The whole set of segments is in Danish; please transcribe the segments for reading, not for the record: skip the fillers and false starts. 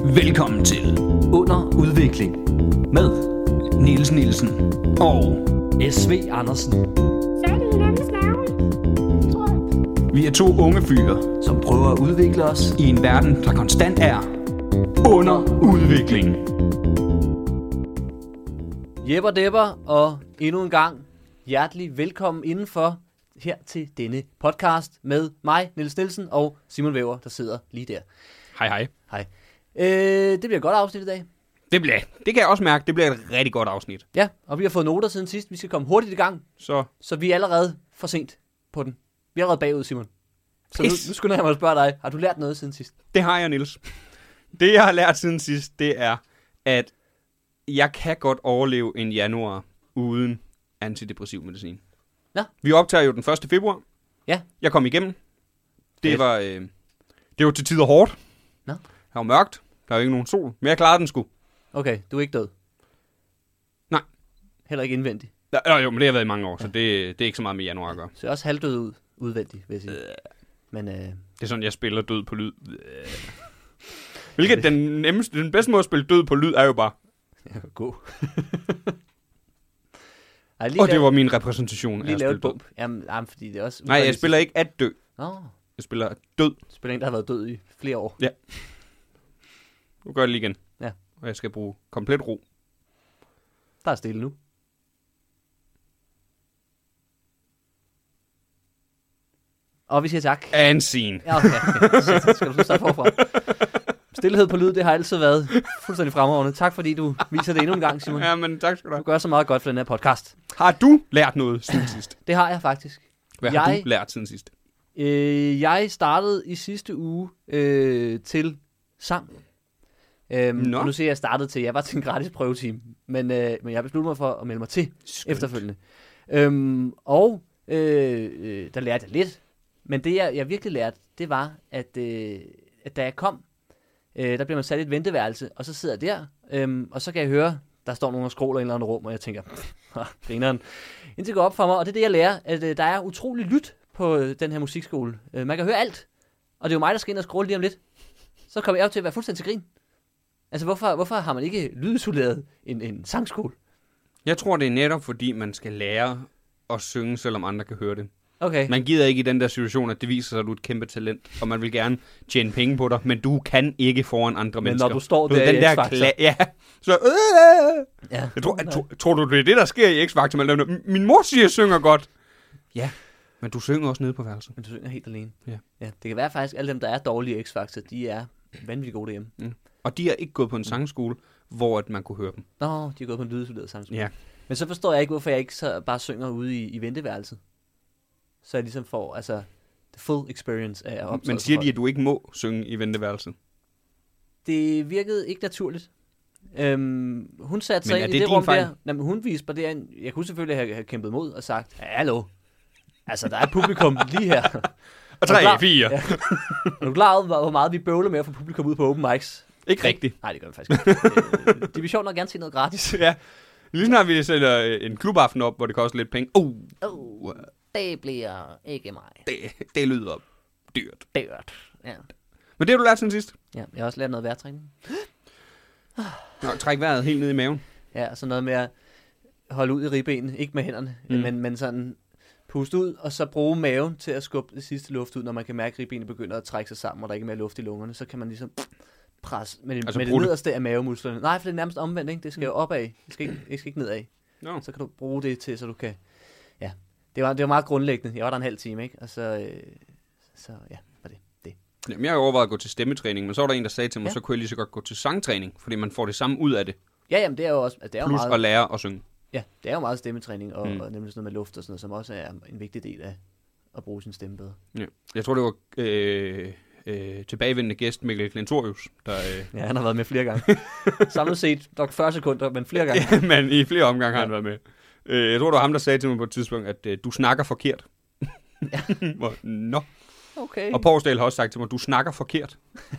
Velkommen til Under Udvikling med Niels Nielsen og SV Andersen. Så er det hinandens navn, tror jeg. vi er to unge fyre Som prøver at udvikle os. i en verden, der konstant er under udvikling. Jepper Depper, og endnu en gang hjertelig velkommen indenfor her til denne podcast med mig, Niels Nielsen, og Simon Væver, der sidder lige der. Hej hej. Hej. Det bliver et godt afsnit i dag. Det kan jeg også mærke, det bliver et rigtig godt afsnit. Ja, og vi har fået noter siden sidst. Vi skal komme hurtigt i gang, så vi er allerede for sent på den. Vi er allerede bagud, Simon. Så nu skynder jeg mig at spørge dig, har du lært noget siden sidst? Det har jeg, Niels. Det jeg har lært siden sidst, det er, at jeg kan godt overleve en januar uden antidepressiv medicin. Nå. Vi optager jo den 1. februar. Ja. Jeg kom igennem. Det Fedt. var til tider hårdt. Nå. Det var mørkt. Der var ikke nogen sol. Men jeg klarede den sgu. Okay, du er ikke død? Nej. Heller ikke indvendig? Jo, men det har været i mange år, så det er ikke så meget med januar at gøre. Så er også halvdød ud, udvendig, vil jeg sige. Men Det er sådan, jeg spiller død på lyd. Hvilket den bedste måde at spille død på lyd er jo bare... gå. Det var min repræsentation af lige at lave spille et bump. Jamen, fordi det er også... Nej, jeg spiller ikke at dø. Nå. Jeg spiller død. Du spiller en, der har været død i flere år. Ja. Nu gør jeg det lige igen. Ja. Og jeg skal bruge komplet ro. Der er stille nu. Og vi siger tak. And scene. Ja, okay. Shit, skal du starte forfra? Stilhed på lyd, det har altid været fuldstændig fremragende. Tak fordi du viser det endnu en gang, Simon. Ja, men tak skal du Du have. gør så meget godt for den her podcast. Har du lært noget siden sidst? Det har jeg faktisk. Hvad har du lært siden sidst? Jeg startede i sidste uge til sang. Nå. Og nu siger jeg startede til, jeg var til en gratis prøvetime, men jeg besluttede mig for at melde mig til efterfølgende. Der lærte jeg lidt, men det jeg virkelig lærte, det var, at da jeg kom, der bliver man sat i et venteværelse, og så sidder jeg der, og så kan jeg høre, der står nogen og skråler i en eller anden rum, og jeg tænker, grineren. Indtil det går op for mig, og det er det, jeg lærer, at der er utrolig lyt på den her musikskole. Man kan høre alt, og det er jo mig, der skal ind og skråle lige om lidt. Så kommer jeg op til at være fuldstændig til grin. Altså, hvorfor har man ikke lydisoleret en sangskole? Jeg tror, det er netop, fordi man skal lære at synge, selvom andre kan høre det. Okay. Man gider ikke i den der situation, at det viser sig, at du er et kæmpe talent, og man vil gerne tjene penge på dig, men du kan ikke foran andre Men mennesker. når du står ved, der den i der X-Factor. ja, så Ja. tror du, det er det, der sker i X-Factor? Min mor siger, jeg synger godt. Ja, men du synger også nede på værelset. Men du synger helt alene. Ja. Det kan være faktisk, alle dem, der er dårlige i X-Factor, de er vanvittigt gode derhjemme. Og de er ikke gået på en sangskole, hvor at man kunne høre dem. Nå, de er gået på en lydisoleret sangskole. Ja. Men så forstår jeg ikke, hvorfor jeg ikke så bare synger ude i venteværelset. Så jeg ligesom får, the full experience af at optræde. Men siger de, at du ikke må synge i venteværelset? Det virkede ikke naturligt. Hun satte sig Men er ind det i det din rum fejl? der. Jamen, hun viste mig det. Jeg kunne selvfølgelig have kæmpet mod og sagt, hallo. Altså, der er et publikum lige her. Og 3, 4. Ja. Er du klar over, hvor meget vi bøvler med at få publikum ud på open mics? Ikke rigtigt. Nej, det gør vi faktisk ikke. De vil sjovt nok gerne se noget gratis. Ja. Lige snart vi sætter en klubaften op, hvor det koster lidt penge. Det bliver ikke mig. Det lyder dyrt. Dyrt. Ja. Men det har du lært siden sidst? Ja, jeg har også lært noget vejrtrækning. Træk vejret helt ned i maven. Ja, sådan noget med at holde ud i ribbenene. Ikke med hænderne, men sådan puste ud, og så bruge maven til at skubbe det sidste luft ud, når man kan mærke, at ribbenene begynder at trække sig sammen, og der ikke er mere luft i lungerne. Så kan man ligesom presse med det nederste af mavemusklerne. Nej, for det er nærmest omvendt, ikke? Det skal jo opad. Det skal ikke nedad. No. Så kan du bruge det til, så du kan... Ja, det var meget grundlæggende. Jeg var der en halv time, ikke? Og så ja, var det. Jamen, jeg har overvejet at gå til stemmetræning, men så var der en, der sagde til mig, så kunne jeg lige så godt gå til sangtræning, fordi man får det samme ud af det. Ja, jamen det er jo også... Det er jo plus meget, at lære at synge. Ja, det er jo meget stemmetræning, og nemlig sådan noget med luft og sådan noget, som også er en vigtig del af at bruge sin stemme bedre. Ja. Jeg tror, det var tilbagevendende gæst Mikkel Klentorius, der... Ja, han har været med flere gange. Samlet set nok 40 sekunder, men flere gange. Men i flere omgange har han været med. Jeg tror, det var ham, der sagde til mig på et tidspunkt, at du snakker forkert. Ja. Nå. Okay. Og Porsdal har også sagt til mig, du snakker forkert.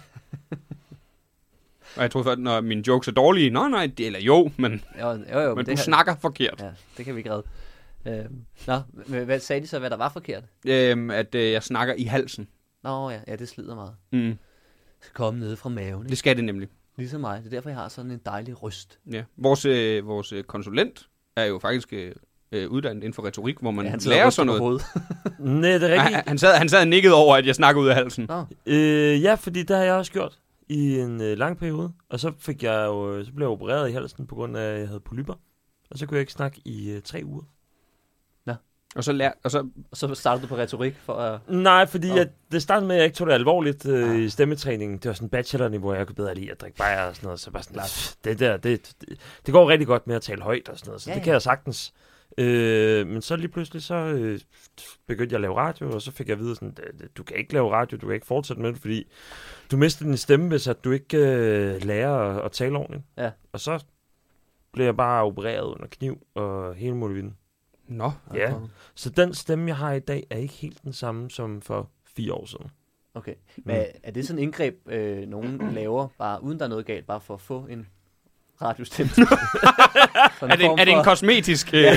Og jeg tror, at når mine jokes er dårlige, nej, eller jo, men men du snakker forkert. Ja, det kan vi ikke redde. Hvad sagde de så, hvad der var forkert? At jeg snakker i halsen. Nå ja, det slider meget. Mm. Skal komme ned fra maven. Det skal det nemlig. Ligesom mig. Det er derfor, jeg har sådan en dejlig røst. Ja. Vores konsulent er jo faktisk uddannet inden for retorik, hvor man sidder lærer og sådan ryster på noget. hovedet. Nej, det er rigtigt. Han sad og nikkede over, at jeg snakkede ud af halsen. Nå. Ja, fordi det har jeg også gjort i en lang periode. Og så blev jeg opereret i halsen, på grund af, at jeg havde polypper. Og så kunne jeg ikke snakke i 3 uger. Og så Og så startede du på retorik for at... Nej, fordi det startede med, at jeg ikke tog det alvorligt i stemmetræningen. Det var sådan bachelor-niveau, jeg kunne bedre lide at drikke bajer og sådan noget. Så bare sådan, det går rigtig godt med at tale højt og sådan noget, så det kan jeg sagtens. Men så lige pludselig, begyndte jeg at lave radio, og så fik jeg at vide sådan, du kan ikke lave radio, du kan ikke fortsætte med det, fordi du mister din stemme, hvis at du ikke lærer at tale ordentligt. Ja. Og så blev jeg bare opereret under kniv og hele muligheden. Nå. Ja, så den stemme, jeg har i dag, er ikke helt den samme som for 4 år siden. Okay. Men er det sådan en indgreb, nogen laver, bare uden der er noget galt, bare for at få en radiostemme? Er det en kosmetisk... Det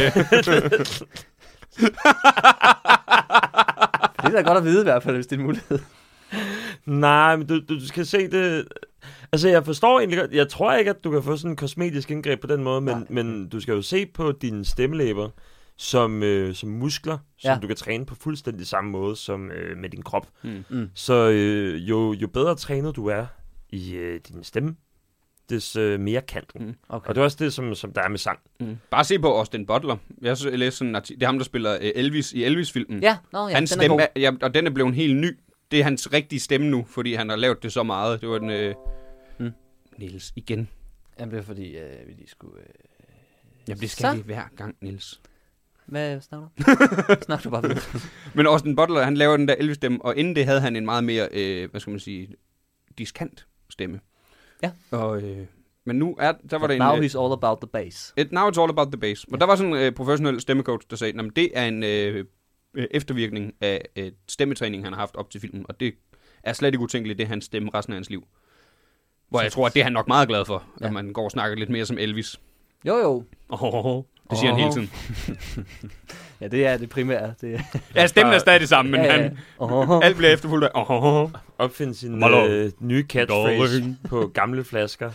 er da godt at vide i hvert fald, hvis det er en mulighed. Nej, men du skal se det... Altså, jeg forstår egentlig godt... Jeg tror ikke, at du kan få sådan en kosmetisk indgreb på den måde, men du skal jo se på dine stemmelæber som muskler, som du kan træne på fuldstændig samme måde som med din krop. Så jo bedre trænet du er i din stemme, des mere kan du. Okay. Og det er også det, som der er med sang. Bare se på Austin Butler. Jeg læste sådan en artikel. Det er ham, der spiller Elvis i Elvis-filmen. Ja, Hans den stemme er god. og den er blevet helt ny. Det er hans rigtige stemme nu, fordi han har lavet det så meget. Det var den... Niels, igen. Jamen, det er fordi, vi lige skulle... Jamen, det skal vi hver gang, Niels. Hvad snakker du? Snakker du bare videre? Men Austin Butler, han laver den der Elvis-stemme, og inden det havde han en meget mere, hvad skal man sige, diskant stemme. Ja. Og, men nu der var der Now en... he's all about the bass. Now it's all about the bass. Og der var sådan en professionel stemmecoach, der sagde, at det er en eftervirkning af stemmetræning, han har haft op til filmen, og det er slet ikke utænkeligt, det er hans stemme resten af hans liv. Hvor jeg tror, at det er han nok meget glad for, at man går og snakker lidt mere som Elvis. Jo. Det siger han hele tiden. Ja, det er det primære. Ja, stemmen er stadig det samme, men alt bliver efterfulgt af Opfinde sin nye catchphrase på gamle flasker.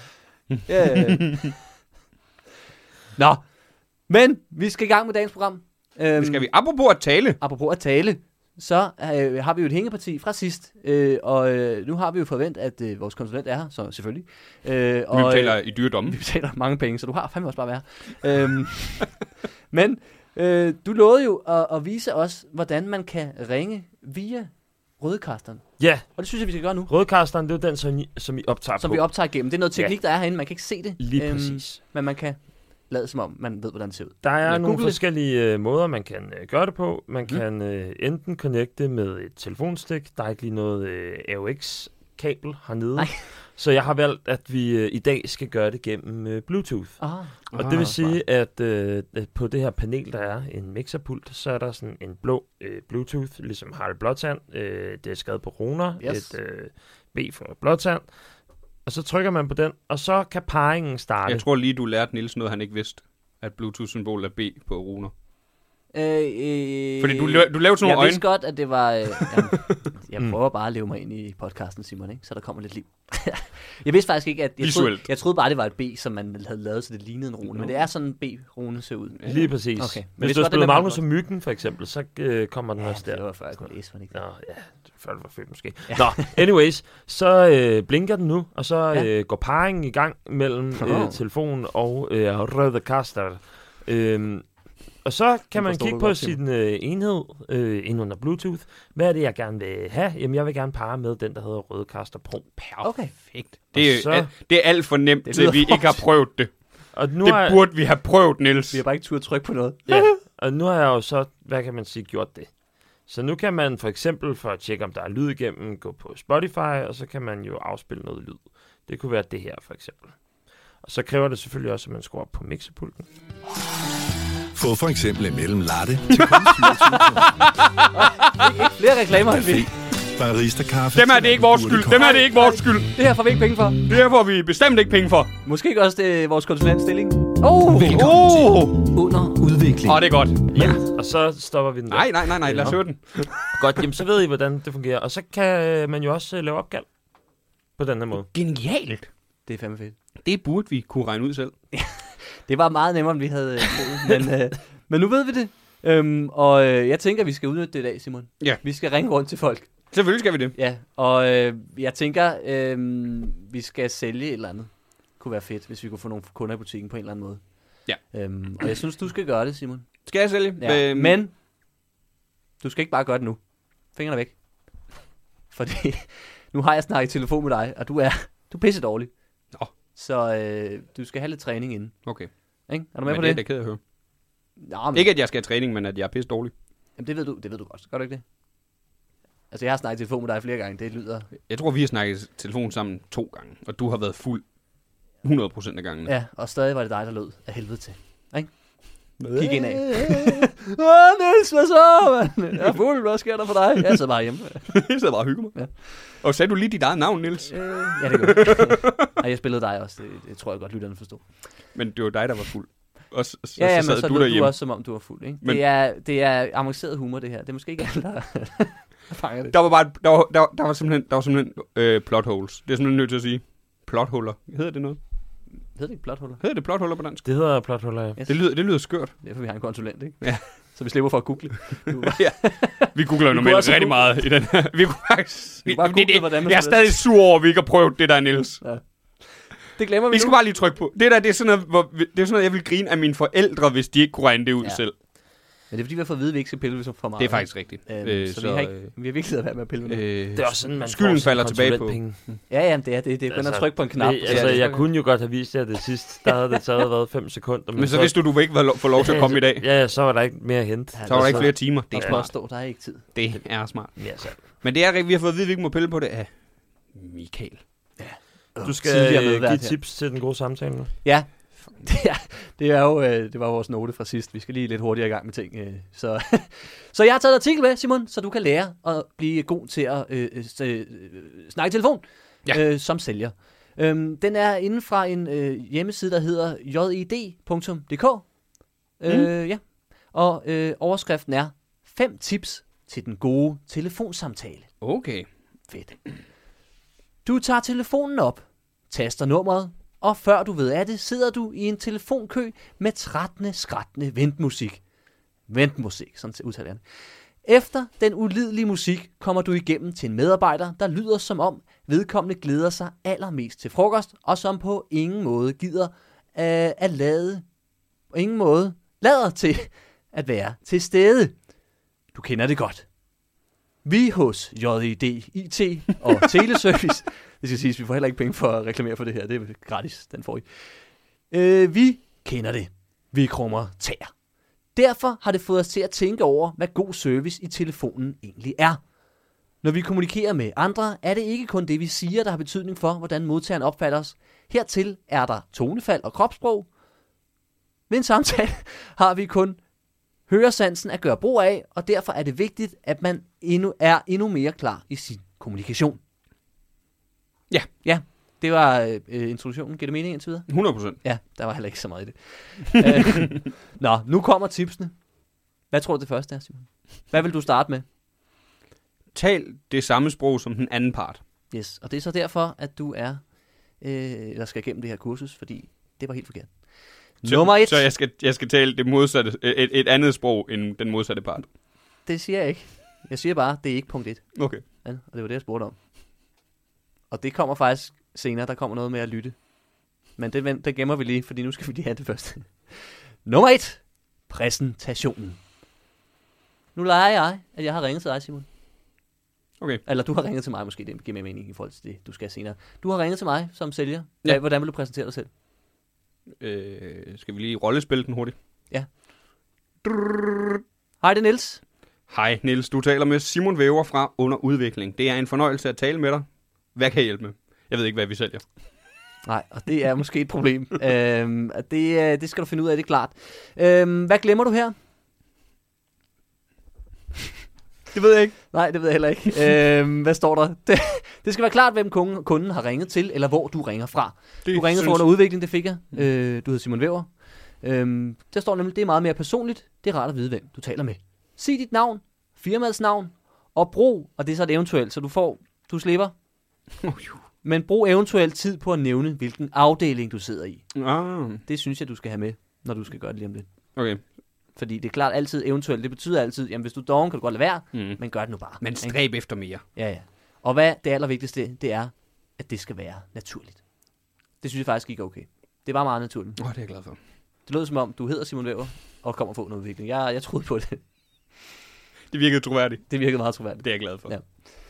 Nå, men vi skal i gang med dagens program. Skal vi, apropos at tale, så har vi jo et hængeparti fra sidst, og nu har vi jo forventet, at vores konsulent er her, så selvfølgelig. Vi betaler i dyre domme. Vi betaler mange penge, så du har fandme også bare være. Men du lovede jo at vise os, hvordan man kan ringe via Rødekasteren. Ja. Og det synes jeg, vi skal gøre nu. Rødekasteren, det er den, som I optager Som på. vi optager igennem. Det er noget teknik, der er herinde. Man kan ikke se det. Lige præcis. Men man kan lade som om, man ved, hvordan det ser ud. Der er nogle forskellige måder, man kan gøre det på. Man kan enten connecte med et telefonstik. Der er ikke lige noget AUX-kabel hernede. Nej. Så jeg har valgt, at vi i dag skal gøre det gennem Bluetooth. Og det vil sige, at på det her panel, der er en mixerpult, så er der sådan en blå Bluetooth, ligesom Harald Blåtand. Det er skrevet på runer, et B for Blåtand. Og så trykker man på den, og så kan parringen starte. Jeg tror lige, du lærte Niels noget, han ikke vidste, at Bluetooth-symbol er B på runer. Fordi du lavede sådan nogle øjne. Jeg vidste godt, at det var... jeg prøver bare at leve mig ind i podcasten, Simon, ikke? Så der kommer lidt liv. Jeg vidste faktisk ikke, at... Jeg troede bare, det var et B, som man havde lavet, så det lignede en rune. Men det er sådan en B-rune ser ud. Lige præcis. Okay. Hvis du har spillet Magnus og Myggen, for eksempel, så kommer den også der. Det var før, jeg kunne læse, ikke? Nå, ja. Før det var født, måske. Ja. Nå, anyways. Så blinker den nu, og så går parringen i gang mellem telefonen og Rødekaster. Og så kan man kigge på sin enhed ind under Bluetooth. Hvad er det, jeg gerne vil have? Jamen, jeg vil gerne parre med den, der hedder Rødecaster Pro. Perfekt. Det er alt for nemt, til vi ikke har prøvet det. Og nu det burde vi have prøvet, Niels. Vi har bare ikke turde trykke på noget. Ja, og nu har jeg jo så, hvad kan man sige, gjort det. Så nu kan man for eksempel, for at tjekke, om der er lyd igennem, gå på Spotify, og så kan man jo afspille noget lyd. Det kunne være det her, for eksempel. Og så kræver det selvfølgelig også, at man skruer op på mixerpulten. Få for eksempel en mellem latte til kun 24 Flere reklamer end vi. Barista-kaffe. Dem er det ikke vores skyld. Det her får vi ikke penge for. Det her får vi bestemt ikke penge for. Måske ikke også det vores konsulentstilling. Under udvikling. Det er godt. Ja, og så stopper vi den der. Nej, lad os høre den. Godt, jamen så ved I, hvordan det fungerer. Og så kan man jo også lave opkald på den her måde. Genialt. Det er fandme fedt. Det burde vi kunne regne ud selv. Det var meget nemmere, end vi havde troet, men nu ved vi det. Jeg tænker, vi skal udnytte det i dag, Simon. Ja. Vi skal ringe rundt til folk. Selvfølgelig skal vi det. Ja, og jeg tænker, vi skal sælge et eller andet. Det kunne være fedt, hvis vi kunne få nogle kunder i butikken på en eller anden måde. Ja. Og jeg synes, du skal gøre det, Simon. Skal jeg sælge? Ja. Men du skal ikke bare gøre det nu. Fingrene væk. Fordi nu har jeg snakket i telefon med dig, og du er pisse dårlig. Nå. Så du skal have lidt træning inden. Okay. Ikke? Er du med Men på det? det? Det er ked af at høre. Nå, men, Ikke at jeg skal have træning, men at jeg er pisse dårlig. jamen, det ved du godt. Gør du ikke det? Altså, jeg har snakket i telefon med dig flere gange. Det lyder... Jeg tror, vi har snakket i telefon sammen 2 gange, og du har været fuld 100% af gangen. Ja, og stadig var det dig, der lød af helvede til. Ikke? Kig ind af. Niels, hvad så, mand? Jeg er fuld, hvad sker der for dig? Jeg sidder bare hjemme. Jeg sidder bare og hygger mig. Ja. Og sagde du lige dit eget navn, Niels? Ja, det gør jeg. Jeg spillede dig også. Det tror jeg godt, lytterne forstod. Men det var dig, der var fuld. Og så Ja, sad men så du lød derhjemme. du også, som om du var fuld. Ikke? Men- Det er avanceret humor, det her. Det er måske ikke alle, der fanger det. Der var simpelthen plot holes. Det er simpelthen nødt til at sige. Plothuller. Hedder det noget? Hedder det ikke plothuller? Hedder det plothuller på dansk? Det hedder plothuller, ja. Yes. Det lyder skørt. Derfor vi har en konsulent, ikke? Ja. Så vi slipper for at google. Vi googler jo Vi kunne normalt også rigtig google- meget i den her. Vi kunne faktisk... Vi kunne bare google, hvordan man jeg er skal- stadig sur over, at vi ikke har prøvet det der, Niels. Det glemmer vi Vi nu. skal bare lige trykke på. Det er sådan noget, det er sådan noget, jeg vil grine af mine forældre, hvis de ikke kunne regne det ud Ja. selv. Men det er fordi, vi har fået at vide, at vi ikke skal pille for meget. Det er faktisk rigtigt. Så vi har virkelig siddet været med at pille med det. Det er også sådan, man skylden får sine falder tilbage på. konsulentpenge. Ja, det er det. Det er kun at trykke på en knap. Altså, jeg kunne jo godt have vist jer det sidst. Der havde det taget været 5 sekunder. Men så vidste du ikke få lov til at komme i dag. Ja, så var der ikke mere at hente. Så var der ikke flere timer. Det er Det smart. påstår, der er ikke tid. Det er smart. Ja, så. Men det er rigtigt, vi har fået at vide, at vi ikke må pille på det af Michael. Du skal Tidligere medvært give her. tips til den gode samtale nu. Ja, det er jo det var vores note fra sidst. Vi skal lige lidt hurtigere i gang med ting. Så jeg har taget en artikel med, Simon, så du kan lære at blive god til at snakke i telefon som sælger. Den er inden fra en hjemmeside, der hedder jid.dk. Ja. Og overskriften er 5 tips til den gode telefonsamtale. Okay. Fedt. Du tager telefonen op, taster nummeret, og før du ved af det, sidder du i en telefonkø med trættende, skrattende ventmusik. Ventmusik, sådan udtaler jeg det. Efter den ulidelige musik kommer du igennem til en medarbejder, der lyder som om vedkommende glæder sig allermest til frokost, og som på ingen måde gider at lader til at være til stede. Du kender det godt. Vi hos JID IT og Teleservice, det skal siges, vi får heller ikke penge for at reklamere for det her, det er gratis, den får I. Vi kender det. Vi krummer tær. Derfor har det fået os til at tænke over, hvad god service i telefonen egentlig er. Når vi kommunikerer med andre, er det ikke kun det, vi siger, der har betydning for, hvordan modtageren opfatter os. Hertil er der tonefald og kropssprog. Ved en samtale har vi kun høresansen at gøre brug af, og derfor er det vigtigt, at man er endnu mere klar i sin kommunikation. Ja. Ja, det var introduktionen. Giver det mening indtil videre? 100%. Ja, der var heller ikke så meget i det. Nå, nu kommer tipsene. Hvad tror du det første er, Simon? Hvad vil du starte med? Tal det samme sprog som den anden part. Yes, og det er så derfor, at du er, eller skal igennem det her kursus, fordi det var helt forkert. Nummer 1. Så jeg skal tale det modsatte, et andet sprog end den modsatte part. Det siger jeg ikke. Jeg siger bare, det er ikke punkt 1. Okay. Ja, og det var det, jeg spurgte om. Og det kommer faktisk senere. Der kommer noget med at lytte. Men det gemmer vi lige, fordi nu skal vi lige have det første. Nummer 1. Præsentationen. Nu leger jeg, at jeg har ringet til dig, Simon. Okay. Eller du har ringet til mig, måske. Det giver mere mening i forhold til det, du skal senere. Du har ringet til mig som sælger. Ja. Hvordan vil du præsentere dig selv? Skal vi lige rollespille den hurtigt? Ja. Hej, det er Niels. Hej Niels, du taler med Simon Væver fra Under Udvikling. Det er en fornøjelse at tale med dig. Hvad kan jeg hjælpe med? Jeg ved ikke, hvad vi sælger. Nej, og det er måske et problem. Det skal du finde ud af, det er klart. Hvad glemmer du her? Det ved jeg ikke. Nej, det ved jeg heller ikke. Hvad står der? Det skal være klart, hvem kunden har ringet til, eller hvor du ringer fra. Du ringede fra Under Udvikling, det fik jeg. Du hedder Simon Væver. Der står nemlig, det er meget mere personligt. Det er rart at vide, hvem du taler med. Sig dit navn, firmaets navn, og brug, og det er så et eventuelt, så du slipper. Men brug eventuelt tid på at nævne, hvilken afdeling du sidder i. Ah, Det synes jeg, du skal have med, når du skal gøre det lige om lidt. okay. Fordi det er klart altid eventuelt. Det betyder altid, jamen hvis du er doven, kan du godt lade være, men gør det nu bare. Men Ikke? stræb efter mere. Ja, ja. Og hvad det allervigtigste, det er, at det skal være naturligt. Det synes jeg faktisk ikke er okay. Det var meget naturligt. Det er jeg glad for. Det lød som om, du hedder Simon Væver, og kommer få noget udvikling. Jeg troede på det. Det virkede troværdigt. Det virkede meget troværdigt. Det er jeg glad for. Ja.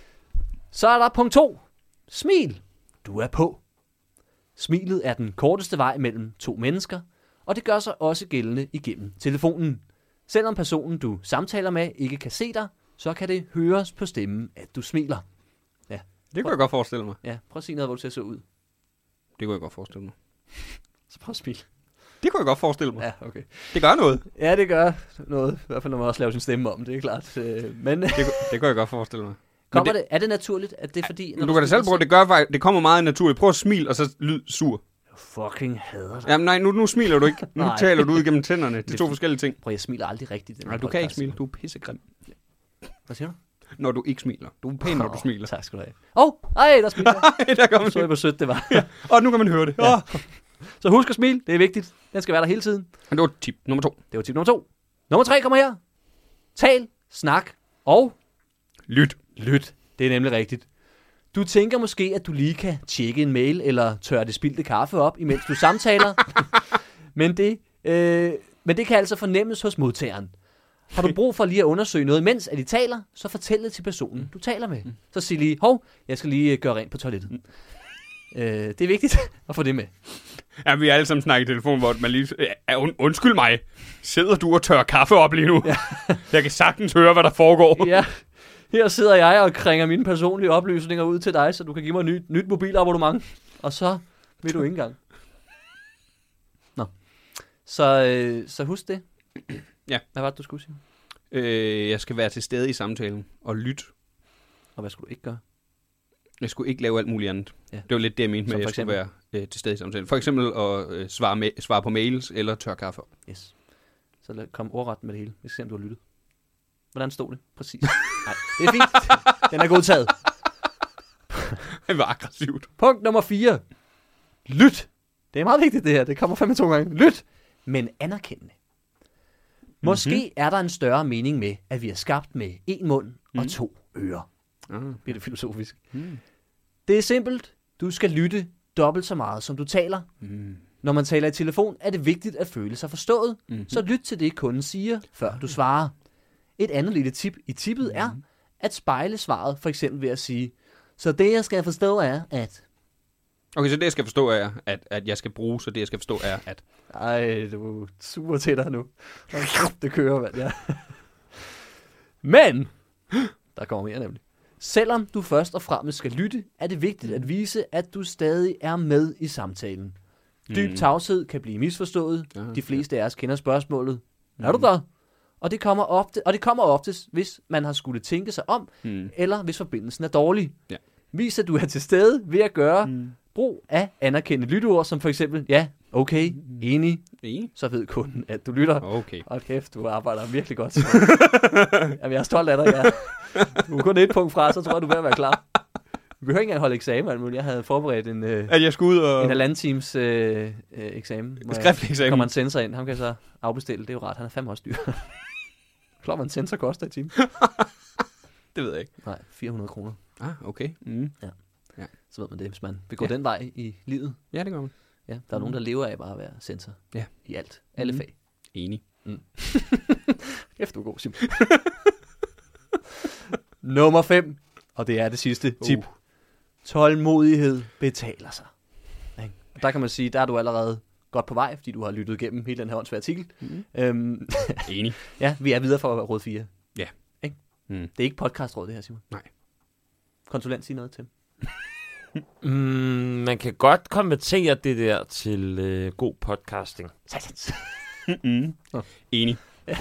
Så er der punkt 2. Smil. Du er på. Smilet er den korteste vej mellem to mennesker, og det gør sig også gældende igennem telefonen. Selvom personen, du samtaler med, ikke kan se dig, så kan det høres på stemmen, at du smiler. Det kunne jeg godt forestille mig. Ja, prøv at sige noget, hvor du ser så ud. Det kunne jeg godt forestille mig. Så prøv at smile. Det kunne jeg godt forestille mig. Ja, okay. Det gør noget. Ja, det gør noget. I hvert fald, når man også laver sin stemme om, det er klart. Men Det kunne jeg godt forestille mig. kommer det, er det naturligt, at det er fordi... Du kan da selv prøve, det kommer meget naturligt. Prøv at smile, og så lyd sur. Jeg fucking hader dig. Jamen nej, nu smiler du ikke. Nu Nej. taler du ud gennem tænderne. Det er to forskellige ting. Prøv, jeg smiler aldrig rigtigt. i den Nej, her du kan ikke podcast. smile. Du er pissegrim. Hvad siger du? Når du ikke smiler. Du er pæn, når du smiler. Tak skal du have. Ej, der smiler jeg. Der kommer Så jeg, hvor sødt det var. Og nu kan man høre det. Ja. Så husk at smile, det er vigtigt. Den skal være der hele tiden. Men det var tip nummer 2. Det var tip nummer 2. Nummer 3 kommer her. Tal, snak og Lyt. lyt. Det er nemlig rigtigt. Du tænker måske, at du lige kan tjekke en mail eller tørre det spildte kaffe op, imens du samtaler. men det kan altså fornemmes hos modtageren. Har du brug for lige at undersøge noget, mens at de taler, så fortæl det til personen, du taler med. Så sig lige, hov, jeg skal lige gøre rent på toilettet. Det er vigtigt at få det med. Ja, vi har alle sammen snakket i telefon, hvor man lige... Undskyld mig. Sidder du og tørrer kaffe op lige nu? Ja. Jeg kan sagtens høre, hvad der foregår. Ja, her sidder jeg og kringer mine personlige oplysninger ud til dig, så du kan give mig et nyt mobilabonnement. Og så vil du ikke engang. Nå. Så husk det. Ja. Hvad var det, du skulle sige? Jeg skal være til stede i samtalen og lytte. Og hvad skulle du ikke gøre? Jeg skulle ikke lave alt muligt andet. Ja. Det var lidt det, jeg mente med, Som at for jeg skulle være til stede i samtalen. For eksempel at svare på mails eller tørre kaffe op. Yes. Så lad kom ordret med det hele. Vi skal se, om du har lyttet. Hvordan stod det? Præcis. Nej, det er fint. Den er godtaget. Det var aggressivt. Punkt nummer 4. Lyt. Det er meget vigtigt det her. Det kommer 25 gange. Lyt. Men anerkendende. Måske er der en større mening med, at vi er skabt med en mund og 2 ører. Bliver det filosofisk. Det er simpelt. Du skal lytte dobbelt så meget, som du taler. Når man taler i telefon, er det vigtigt at føle sig forstået. Så lyt til det, kunden siger, før du svarer. Et andet lille tip i tippet er at spejle svaret, for eksempel ved at sige, så det jeg skal forstå er, at... Okay, så det jeg skal forstå er, at jeg skal bruge, så det jeg skal forstå er, at... Ej, du er super til dig nu. Det kører, mand, ja. Men, der kommer mere nemlig. Selvom du først og fremmest skal lytte, er det vigtigt at vise, at du stadig er med i samtalen. Dyb tavshed kan blive misforstået. De fleste af os kender spørgsmålet. Er du der? Og det kommer oftest, hvis man har skulle tænke sig om, eller hvis forbindelsen er dårlig. Ja. Vis, at du er til stede ved at gøre brug af anerkendte lytteord, som for eksempel, ja, okay, enig, så ved kunden, at du lytter. Okay. Hold kæft, du arbejder virkelig godt. Jamen, jeg er stolt af dig, ja. Du er kun 1 punkt fra, så tror jeg, du er ved at være klar. Vi behøver ikke engang holde eksamen, men jeg havde forberedt en, At jeg skal ud og... en halvanden times eksamen. Skriftlig eksamen. Kommer en sensor ind, ham kan jeg så afbestille. Det er jo rart, han er fandme også dyr. Klar, hvad en sensor koster i timen? Det ved jeg ikke. Nej, 400 kroner. Okay. Så ved man det, hvis man vil gå den vej i livet. Ja, det gør man. Ja, der er nogen, der lever af bare at være sensor. Ja. I alt. Alle fag. Enig. Efter du er god, Simon. Nummer 5. Og det er det sidste tip. Tålmodighed betaler sig. Ikke? Og der kan man sige, der er du allerede godt på vej, fordi du har lyttet igennem hele den her åndsvære artikel. Enig. Ja, vi er videre for råd 4. Ja. Ikke? Mm. Det er ikke podcastråd, det her, Simon. Nej. Konsulent, sig noget til. Man kan godt konvertere det der til god podcasting. Satans. Enig.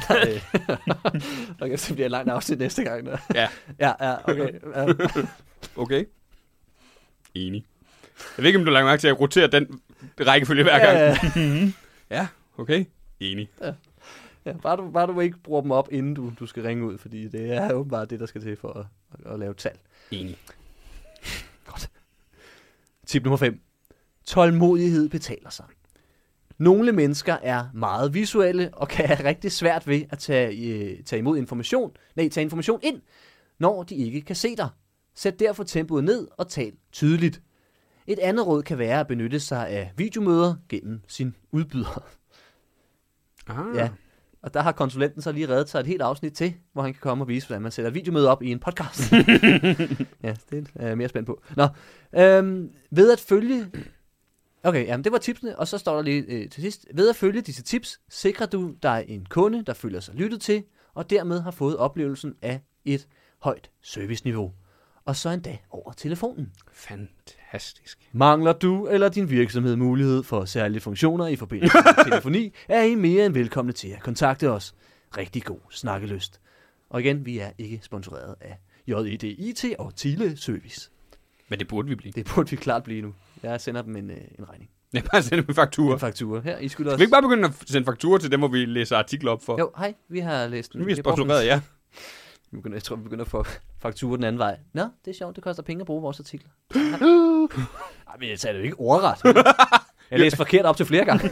Okay, så bliver det langt afsnit næste gang. Der. Ja. Ja, okay. Okay. Enig. Jeg ved ikke, om du lader mærke til at rotere den rækkefølge hver gang. Ja, okay. Enig. Ja, bare du ikke bruger dem op, inden du skal ringe ud, fordi det er åbenbart det, der skal til for at lave tal. Enig. Godt. Tip nummer 5. Tålmodighed betaler sig. Nogle mennesker er meget visuelle og kan have rigtig svært ved at tage information ind, når de ikke kan se dig. Sæt derfor tempoet ned og tal tydeligt. Et andet råd kan være at benytte sig af videomøder gennem sin udbyder. Ja, og der har konsulenten så lige reddet sig et helt afsnit til, hvor han kan komme og vise, hvordan man sætter videomøder op i en podcast. Ja, det er jeg mere spændt på. Nå, ved at følge... Okay, jamen det var tipsene, og så står der lige til sidst. Ved at følge disse tips, sikrer du dig en kunde, der føler sig lyttet til, og dermed har fået oplevelsen af et højt serviceniveau. Og så endda over telefonen. Fantastisk. Mangler du eller din virksomhed mulighed for særlige funktioner i forbindelse med telefoni, er I mere end velkomne til at kontakte os. Rigtig god snakkelyst. Og igen, vi er ikke sponsoreret af JED IT og Teleservice. Men det burde vi blive. Det burde vi klart blive nu. Jeg sender dem en regning. Ja, bare sende dem en faktura. En faktura. Her, I skylder os. Skal vi ikke bare begynde at sende fakturer til dem, hvor vi læser artikler op for? Jo, hej, vi har læst den. Nu er vi sponsoreret, ja. Jeg tror, vi begynder at få fakturer den anden vej. Nå, det er sjovt, det koster penge at bruge vores artikler. Ej, men jeg sagde det jo ikke ordret. Jeg læste forkert op til flere gange.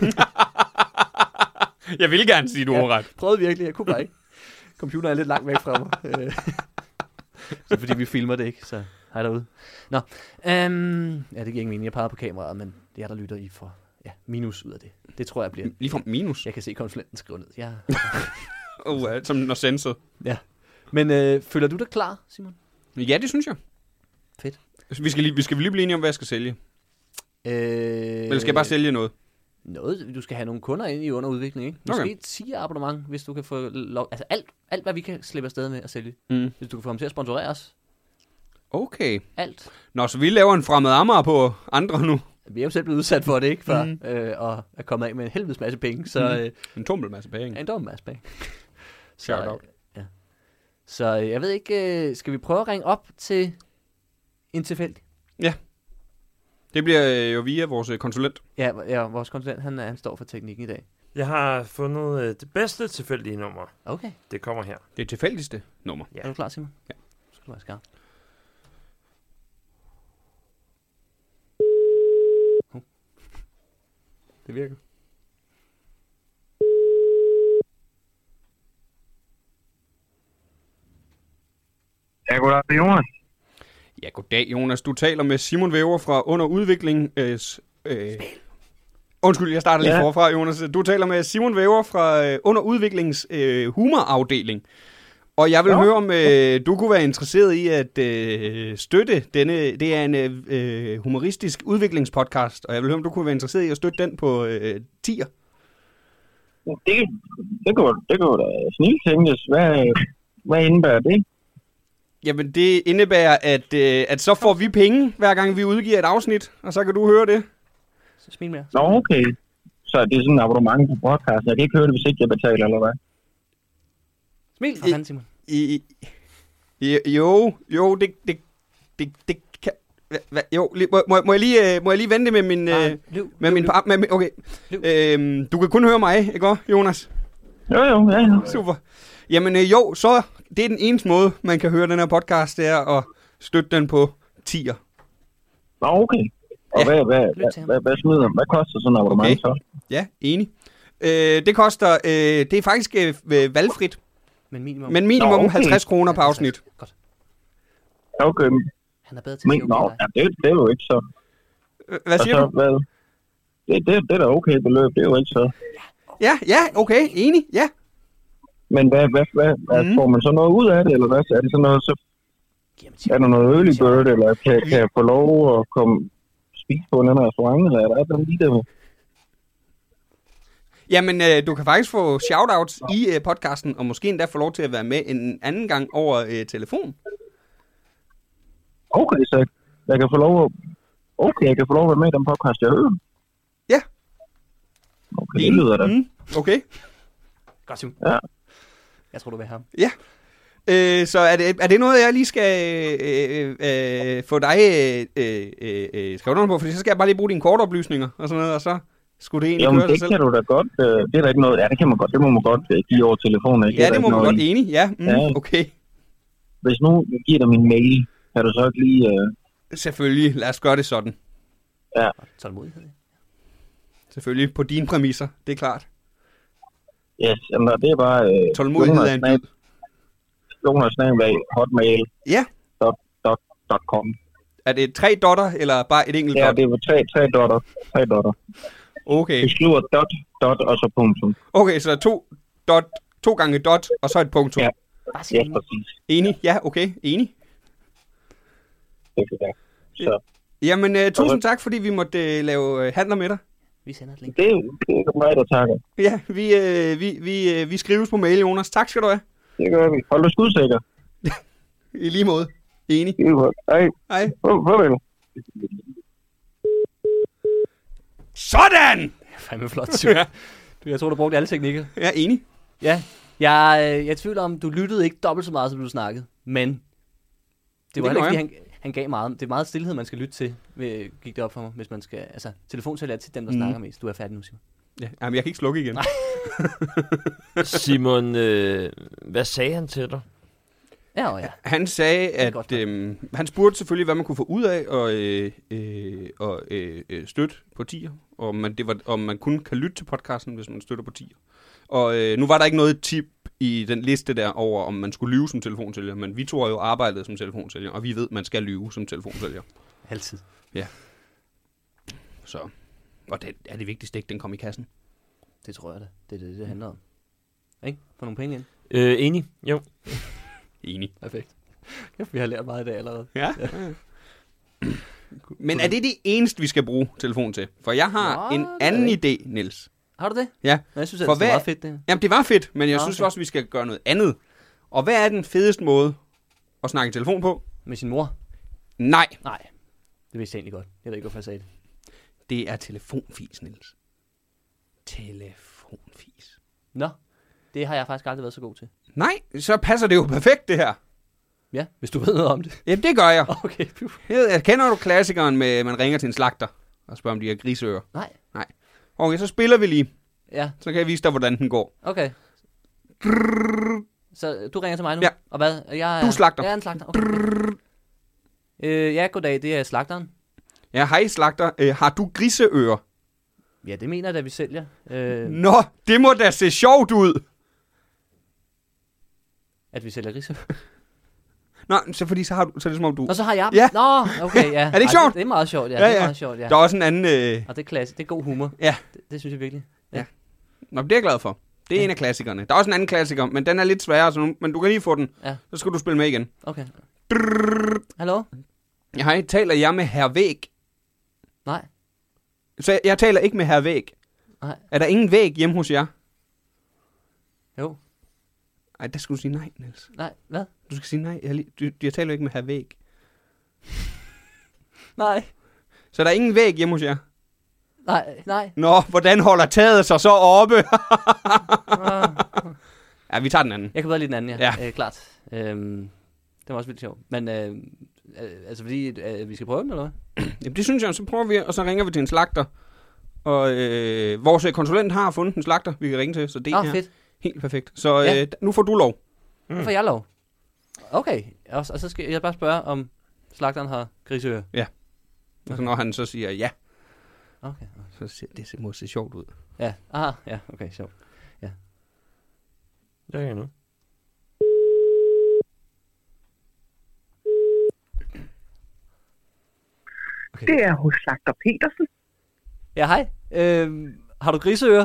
Jeg vil gerne sige, du er ordret. Prøvede virkelig, jeg kunne bare ikke. Computeren er lidt langt væk fra mig. Så fordi vi filmer det ikke, så hej derude. Nå, ja, det giver ingen mening. Jeg peger på kameraet, men det er der lytter I for minus ud af det. Det tror jeg bliver... Lige fra minus? Jeg kan se konsulenten skrive ned. Ja. Som når censored. Ja. Men føler du dig klar, Simon? Ja, det synes jeg. Fedt. Vi skal lige blive enige om, hvad jeg skal sælge. Eller skal jeg bare sælge noget? Noget, du skal have nogle kunder ind i under udvikling, ikke? Måske 10 abonnement, hvis du kan få altså alt, hvad vi kan slippe afsted med at sælge. Hvis du kan få dem til at sponsorere os. Okay. Alt. Nå, så vi laver en fremmed Amager på andre nu. Vi er jo selv blevet udsat for det, ikke? Før, og er kommet af med en helvedes masse penge, så... En tummel masse penge. En tummel masse penge. Shout out. Ja. Så jeg ved ikke, skal vi prøve at ringe op til en tilfældig? Ja. Det bliver jo via vores konsulent. Ja, vores konsulent, han står for teknikken i dag. Jeg har fundet det bedste tilfældige nummer. Okay. Det kommer her. Det tilfældigste nummer. Ja. Er du klar, Simon? Ja. Så skal du være skarp. Det virker. Ja, goddag, Jonas. Ja, goddag, Jonas. Du taler med Simon Væver fra Under Udvikling... Undskyld, jeg starter lige forfra, Jonas. Du taler med Simon Væver fra Under Udviklings humorafdeling. Og jeg vil høre, om du kunne være interesseret i at støtte denne... Det er en humoristisk udviklingspodcast, og jeg vil høre, om du kunne være interesseret i at støtte den på tier. Det kunne da snilt tænkes. Hvad indebærer det? Jamen, det indebærer, at så får vi penge, hver gang vi udgiver et afsnit, og så kan du høre det. Så smil mere. Nå, okay. Så det er sådan en abonnement på podcast. Jeg kan ikke høre det, hvis ikke jeg betaler, eller hvad? Smil for fanden, Simon. Jo, det kan... Jo, må jeg lige vente med min... Okay. Du kan kun høre mig, ikke også, Jonas? Jo, ja. Super. Jamen så det er den eneste måde, man kan høre den her podcast, det er at støtte den på tier. Nå, okay. Og hvad smider? Hvad koster sådan en abonnement så? Ja, enig. Det koster, det er faktisk valgfrit. Men minimum 50 kroner per afsnit. Godt. Okay. Han er bedre til at det er jo ikke så. Hvad siger du? Det er da okay beløb, det er jo ikke så. Ja, okay, enig, ja. Men hvad får man så noget ud af det, eller hvad? Er det sådan noget, så er der noget early bird, eller kan jeg få lov at komme spise på en anden restaurant, eller er der lige der? Jamen, du kan faktisk få shoutouts i podcasten, og måske endda få lov til at være med en anden gang over telefon. Okay, så jeg kan få lov at være med i den podcast, jeg hører. Ja. Okay, det lyder da. Okay. Godt, Simon. Ja. Jeg tror, du vil have ham. Ja. Så er det noget, jeg lige skal få dig skrevet under på? Fordi så skal jeg bare lige bruge dine kortoplysninger og sådan noget, og så skulle det egentlig køre sig selv. Jamen, det kan du da godt. Det er der ikke noget. Ja, det kan man godt. Det må man godt give over telefonen. Ja, det må man godt. Enig. Ja, okay. Hvis nu jeg giver dig min mail, kan du så ikke lige... Selvfølgelig. Lad os gøre det sådan. Ja. Tålmodighed. Selvfølgelig på dine præmisser, det er klart. Yes, jamen, det er bare... Tålmodighed er en dyd. Jonas@hotmail.com. Ja. Er det 3 dotter, eller bare et enkelt Ja, dot? det var 3 dotter. Okay. Du skriver dot og så punktum. Okay, så 2 gange dot, og så et punktum. Ja. Bare sig Ja, enig. præcis. Enig? Ja, okay. Enig. Det er det. Så Jamen, tusind tak, fordi vi måtte lave handler med dig. Vi sender et link. det er mig, der takker. Ja, vi skrives på mail, Jonas. Tak skal du have. Det gør vi. Hold dig skudsikker. I lige måde. Enig. Hej. Hej. Farvel. Sådan! Fandme flot, Syv. Jeg tror, du brugte alle teknikker. Ja, enig. Ja, jeg tvivler om, du lyttede ikke dobbelt så meget, som du snakkede. Men det var Det heller gør ikke, fordi han gav meget. Det er meget stillhed, man skal lytte til, gik det op for mig, hvis man skal... Altså, telefonsælger er tit dem, der snakker mest. Du er færdig nu, Simon. Ja, jamen, jeg kan ikke slukke igen. Simon, hvad sagde han til dig? Ja. Han sagde, at godt, han spurgte selvfølgelig, hvad man kunne få ud af og støtte på tier. Og om man kun kan lytte til podcasten, hvis man støtter på tier. Og nu var der ikke noget tip i den liste der over, om man skulle lyve som telefonsælger. Men vi to har jo arbejdet som telefonsælger, og vi ved, at man skal lyve som telefonsælger. Altid. Ja. Så. Og det er det vigtigste ikke, den kom i kassen. Det tror jeg da. Det er det handler om. Ikke? Få nogle penge ind. Enig, jo. Enig. Perfekt. Vi har lært meget i dag allerede. Ja. Men er det eneste, vi skal bruge telefon til? For jeg har en anden idé, Niels. Har du det? Ja. Nå, jeg synes, For det var meget fedt, det. Jamen, det var fedt, men jeg Nå, synes okay. også, vi skal gøre noget andet. Og hvad er den fedeste måde at snakke i telefon på? Med sin mor? Nej, Nej. Det vidste jeg egentlig godt. Jeg ved ikke, hvorfor jeg sagde det. det er telefonfis, Niels. Telefonfis. Nå, det har jeg faktisk aldrig været så god til. Nej, så passer det jo perfekt, det her. Ja, hvis du ved noget om det. Jamen, det gør jeg. Okay. Jeg kender du klassikeren med, at man ringer til en slagter og spørger, om de har griseører? Nej. Okay, så spiller vi lige. Ja, Så kan jeg vise dig, hvordan den går. okay. Så du ringer til mig nu? Ja. Og hvad? Jeg er, Du er slagter. Jeg er en slagter. Okay. Ja, goddag. Det er slagteren. Ja, hej slagter. Har du griseører? Ja, det mener jeg, da vi sælger. Nå, det må da se sjovt ud. At vi sælger rise. Nå, så fordi så er det som om du... Og så har jeg dem. Ja. Nå, okay, ja. Er det ikke sjovt? Det er meget sjovt, ja. Ja, Det er ja. meget sjovt, ja. Der er også en anden... Og det er klasse. Det er god humor. Ja. Det synes jeg virkelig. Nå, det er jeg glad for. Det er en af klassikerne. Der er også en anden klassiker, men den er lidt sværere, men du kan lige få den. Ja. Så skal du spille med igen. Okay. Hallo? Ja, hej, taler jeg med herr Væg? Nej. Så jeg taler ikke med herr Væg. Nej. Er der ingen væg hjemme hos jer? Jo. Ej, der skal du sige nej, Niels. Nej. Hvad? Du skal sige nej. Jeg taler ikke med herr Væg. Nej. Så der er ingen væg hjemme hos jer? Nej. Nå, hvordan holder taget sig så oppe? Ja, vi tager den anden. Jeg kan bedre lide den anden, ja. Ja. Klart. Det var også vildt sjovt. Men altså fordi vi skal prøve den, eller hvad? Jamen, det synes jeg, så prøver vi, og så ringer vi til en slagter. Og vores konsulent har fundet en slagter, vi kan ringe til, så det er Fedt. helt perfekt. Så Ja. nu får du lov. Nu får jeg lov. Okay. Og så skal jeg bare spørge, om slagteren har griseører. Og så når han så siger ja, Okay. så ser det må se sjovt ud. Ja. Aha. Ja, okay, sjovt. Det er jeg nu. Okay. Det er hos Slagter Petersen. Ja, hej. Har du griseører?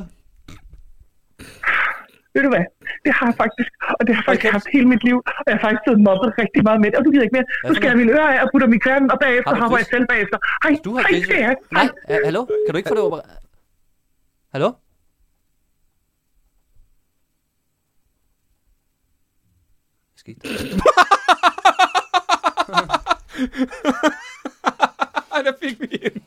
Ved du hvad? Det har jeg faktisk. Og det har jeg faktisk Okay. haft hele mit liv. Og jeg har faktisk blevet mobbet rigtig meget med det. Og du gider ikke mere. Hvad Nu for skal jeg noget? mine ører af og putte dem i kværnen. Og bagefter Har du har jeg gris? selv bagefter. Hej, Du har hej, griseører? skal jeg. Nej. Hallo? Kan du ikke få det opereret? Hallo? Hvad skete der? Ej, der fik vi en.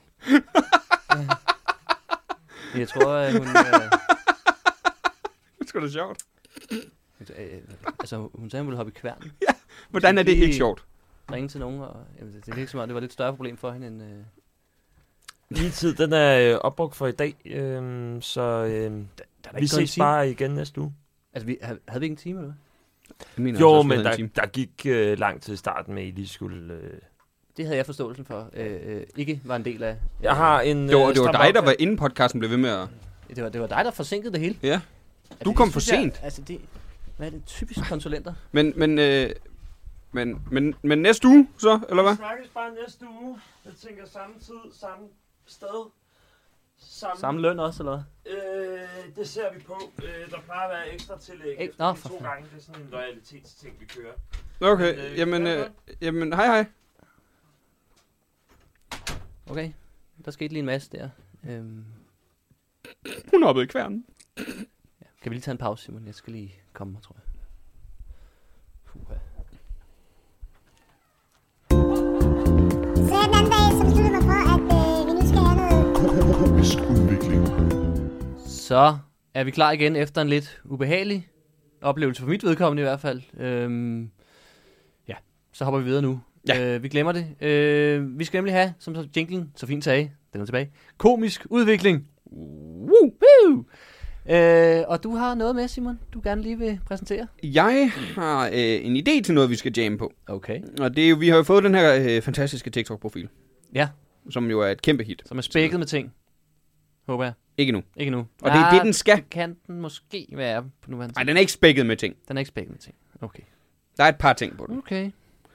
Jeg tror, at hun... Det er sgu da sjovt. altså, hun sagde, hun ville hoppe i kværnen. Hvordan er det ikke sjovt? Ringe til nogen, og jamen, det virker som om, det var et lidt større problem for hende, end... Min tid, den er opbrugt for i dag, så vi ses bare igen næste uge. Altså, havde vi ikke en time, eller hvad? Jeg mener Jo, også, men vi havde en time. der gik lang tid i starten med, at I lige skulle det havde jeg forståelsen for, ikke var en del af. Jeg har en... Det var dig, der var inden podcasten blev ved med at... Det var dig, der forsinkede det hele. Ja. Altså, Du kom det for synes jeg- sent. Altså, hvad er det? Typisk konsulenter. Men næste uge, så, eller hvad? Vi snakkes bare næste uge. Jeg tænker samme tid, samme sted. Samme løn også, eller hvad? Det ser vi på. Der plejer at være ekstra tillæg Nå, efter for 2 fanden. gange. Det er sådan en loyalitetsting, vi kører. Okay, jamen, hej. Okay, der skete lige en masse der. Hun hoppede i kværnen. Kan vi lige tage en pause, Simon? Jeg skal lige komme mig, tror jeg. Puha. Så den anden dag, så besluttede jeg mig for, at vi nu skal have noget Komisk udvikling. Så er vi klar igen efter en lidt ubehagelig oplevelse, for mit vedkommende i hvert fald. Ja, så hopper vi videre nu. Ja. Vi glemmer det. Vi skal nemlig have, som så jinglen så fint sagde, den er tilbage, komisk udvikling. Woo! Woo! Og du har noget med, Simon, du gerne lige vil præsentere. Jeg har en idé til noget, vi skal jamme på. Okay. Og det er jo, vi har jo fået den her fantastiske TikTok-profil, Ja, som jo er et kæmpe hit. som er spækket med ting. Håber jeg. Ikke nu. Ikke nu. Og det er det, den skal. Det kan den måske være på nuværende Nej, tid. den er ikke spækket med ting. Den er ikke spækket med ting. Okay. Der er et par ting på den. Okay.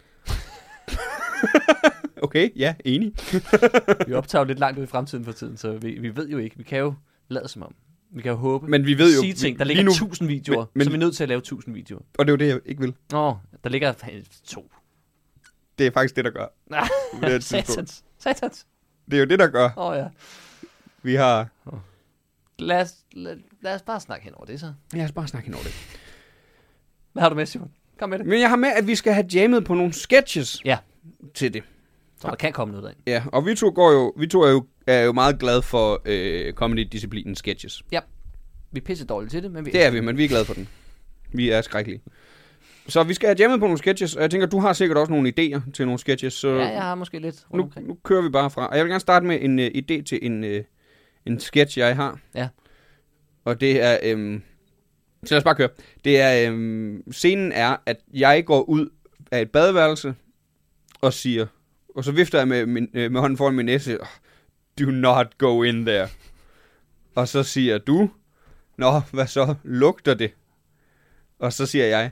Okay, ja, enig. Vi optager jo lidt langt ud i fremtiden for tiden, så vi ved jo ikke. Vi kan jo lade som om. Vi kan jo håbe. Men vi ved jo... Sige ting. Der lige ligger nu, 1000 videoer, men- så vi er nødt til at lave 1000 videoer. og det er jo det, jeg ikke vil. Nå, der ligger 2. Det er faktisk det, der gør. Nej, Det er et tidspunkt. satans. Det er jo det, der gør. Ja. Vi har... Lad os bare snakke hen over det så. Lad os bare snakke ind over det. Hvad har du med, Simon? Kom med det. Men jeg har med, at vi skal have jammet på nogle sketches Ja. til det. Så der kan komme noget derind. Ja, og vi to er jo meget glade for comedy-disciplinen sketches. Vi er pisse dårlige til det, men vi... Det er vi, men vi er glade for den. Vi er skrækkelige. Så vi skal have jammet på nogle sketches, og jeg tænker, du har sikkert også nogle idéer til nogle sketches, så Ja, jeg har måske lidt rundt omkring. nu kører vi bare fra. Og jeg vil gerne starte med en idé til en sketch, jeg har. Ja. Og det er... så lad os bare køre. Det er... scenen er, at jeg går ud af et badeværelse og siger... Og så vifter jeg med hånden foran min næse. Do not go in there. Og så siger du... Nå, hvad så? Lugter det? Og så siger jeg...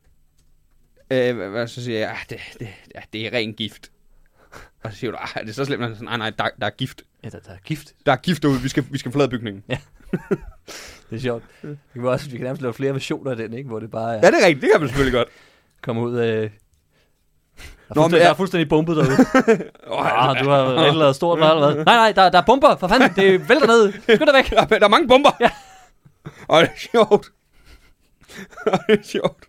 så siger jeg... Det er ren gift. Og så siger du... Er det så slemt? Og så, nej, der er gift. Ja, der er gift. Der er gift derude. Vi skal forlade bygningen. Det er sjovt. Vi kan nærmest lave flere versioner af den, ikke? Hvor det bare Ja, det er rigtigt. Det kan man selvfølgelig godt. kommer ud af... Nå, men Der er fuldstændig bumpet derude. Du har rigtig lavet stort, eller hvad? Nej, der er bomber, for fanden. Det vælter ned. Skynd dig væk. Der er mange bomber. Ja. Og det er sjovt. Det er sjovt.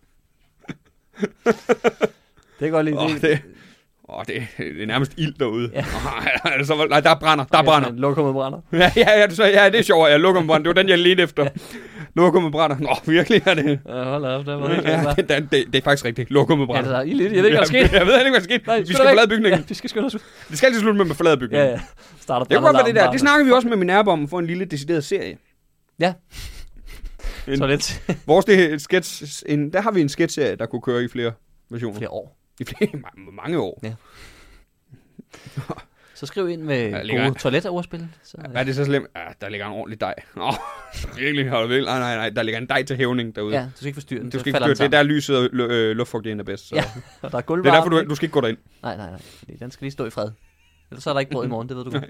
Det kan godt lide. Det er nærmest ild derude. Ja. Nej, der brænder. Der brænder. Lokummet brænder. Ja, det er sjovt. Jeg lukker med brænder. Det var den, jeg ledte efter. Lukker med brænder. Nå, virkelig er det. Ja, hold op, det var helt Ja, det er faktisk rigtigt. Lukker med Ja, brænder. der er ild i det. Jeg ved ikke, hvad der er sket. Jeg ved ikke, hvad der er sket. Nej, Vi skal forlade bygningen. Ja, vi skal skynde os ud. Det skal altid slutte med at forlade bygningen. Ja. Starter Det kunne godt være det der. Det snakker vi også med min nærbe om at få en lille decideret serie. Ja. En- Så lidt Vores det sketch, der har vi en sketch-serie, der kunne køre i flere versioner. flere år. I flere, mange år. Ja. Så skriv ind med Ja, ligger- gode toiletordspil. Så, Er det så slemt? Ja, der ligger en ordentlig dej. Virkelig har du vel? Nej, der ligger en dej til hævning derude. ja, du skal ikke forstyrre den. Du så skal ikke falder forstyrre. den Det er der lyset og luftfugtigheden er bedst. Så. Ja, og der er Det gulvvarme. er derfor, du skal ikke gå derind. Nej. Fordi den skal lige stå i fred. Ellers så er der ikke brød i morgen, det ved du godt.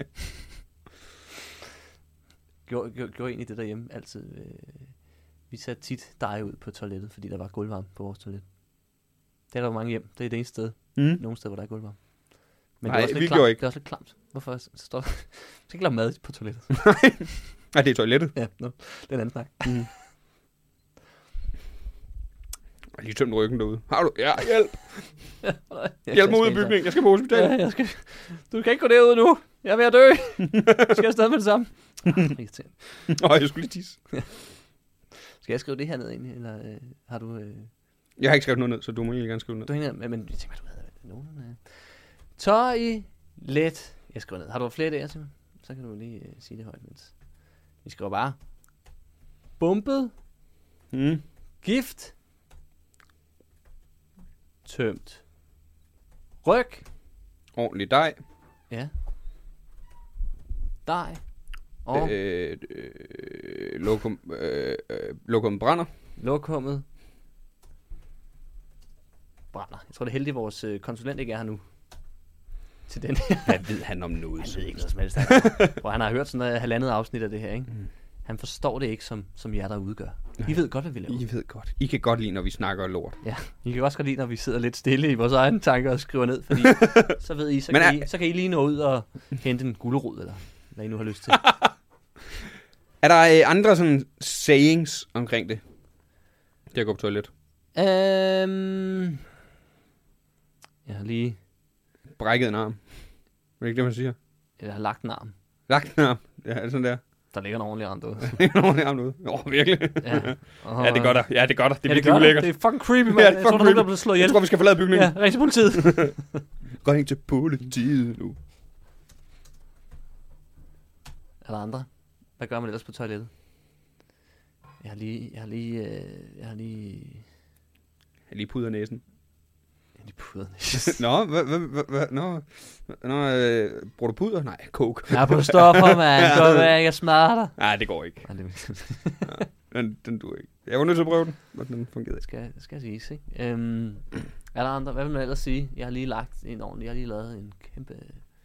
Gjorde egentlig det derhjemme altid. Vi satte tit dig ud på toilettet, fordi der var gulvvarme på vores toilet. Det er der jo mange hjem. Det er det eneste sted. Nogle steder, hvor der er gulvvarme. Men Nej, det er også vi lidt gjorde klamt. ikke. Det er også lidt klamt. Hvorfor står der... Du skal ikke lave mad på toilettet. Nej, det er toilettet. Ja, det er en anden snak. Jeg har lige tømt ryggen derude. Har du? Ja, hjælp. Hjælp mig ud af bygningen. Jeg skal på hospitalet. Ja, du kan ikke gå derud nu. Jeg er ved at dø. Du skal afsted med det samme. Irriterende. Jeg skulle lige tisse. Skal jeg skrive det her ned egentlig, eller har du... Jeg har ikke skrevet noget ned, så du må egentlig gerne skrive ned. Du hænger, men jeg tænker, du havde nogen. Toilet. Jeg skriver ned. Har du flere idéer, Simon? Så kan du lige sige det højt, mens vi skriver bare. Bumpet. Gift. Tømt. Ryg. ordentlig dej. Ja. Dej. Og lokum brænder. lokummet brænder. Jeg tror, det er heldigt, at vores konsulent ikke er her nu. Til den her. Hvad ved han om noget? Han ved ikke noget som helst. Han har hørt sådan noget halvandet afsnit af det her, ikke? Han forstår det ikke, som jer, der udgør. I ved godt, hvad vi laver. I ved godt. I kan godt lide, når vi snakker lort. Ja, I kan også godt lide, når vi sidder lidt stille i vores egne tanker og skriver ned, fordi så ved I, så kan I lige nå ud og hente en gulerod, eller hvad I nu har lyst til. Er der andre sådan sayings omkring det? Det at gå på toilet. Jeg har lige... Brækket en arm. Er det ikke det, man siger? Jeg har lagt en arm. Lagt en arm. Ja, er det sådan der? Der ligger en ordentlig arm derude. En ordentlig arm derude. Virkelig? Ja. Ja, det gør der. Ja, det gør der. Det er virkelig det ulækkert. Det er fucking creepy, man. Ja, Jeg tror, der er blevet slået ihjel. Jeg tror, vi skal forlade bygningen. Ja, ring til politiet. Ring til politiet nu. Er der andre? Hvad gør man ellers på toilettet? Jeg har lige pudret næsen. de puder næsten. Bruger du puder? Nej, coke. Jeg er på stoffer, man. Godt være, jeg smadrer dig. Nej, det går ikke. Den duer ikke. Jeg var nødt til at prøve den, men den fungerede ikke. Skal jeg sige, ikke? Er der andre? Hvad vil man ellers sige? Jeg har lige lagt en ordentlig. Jeg har lige lavet en kæmpe...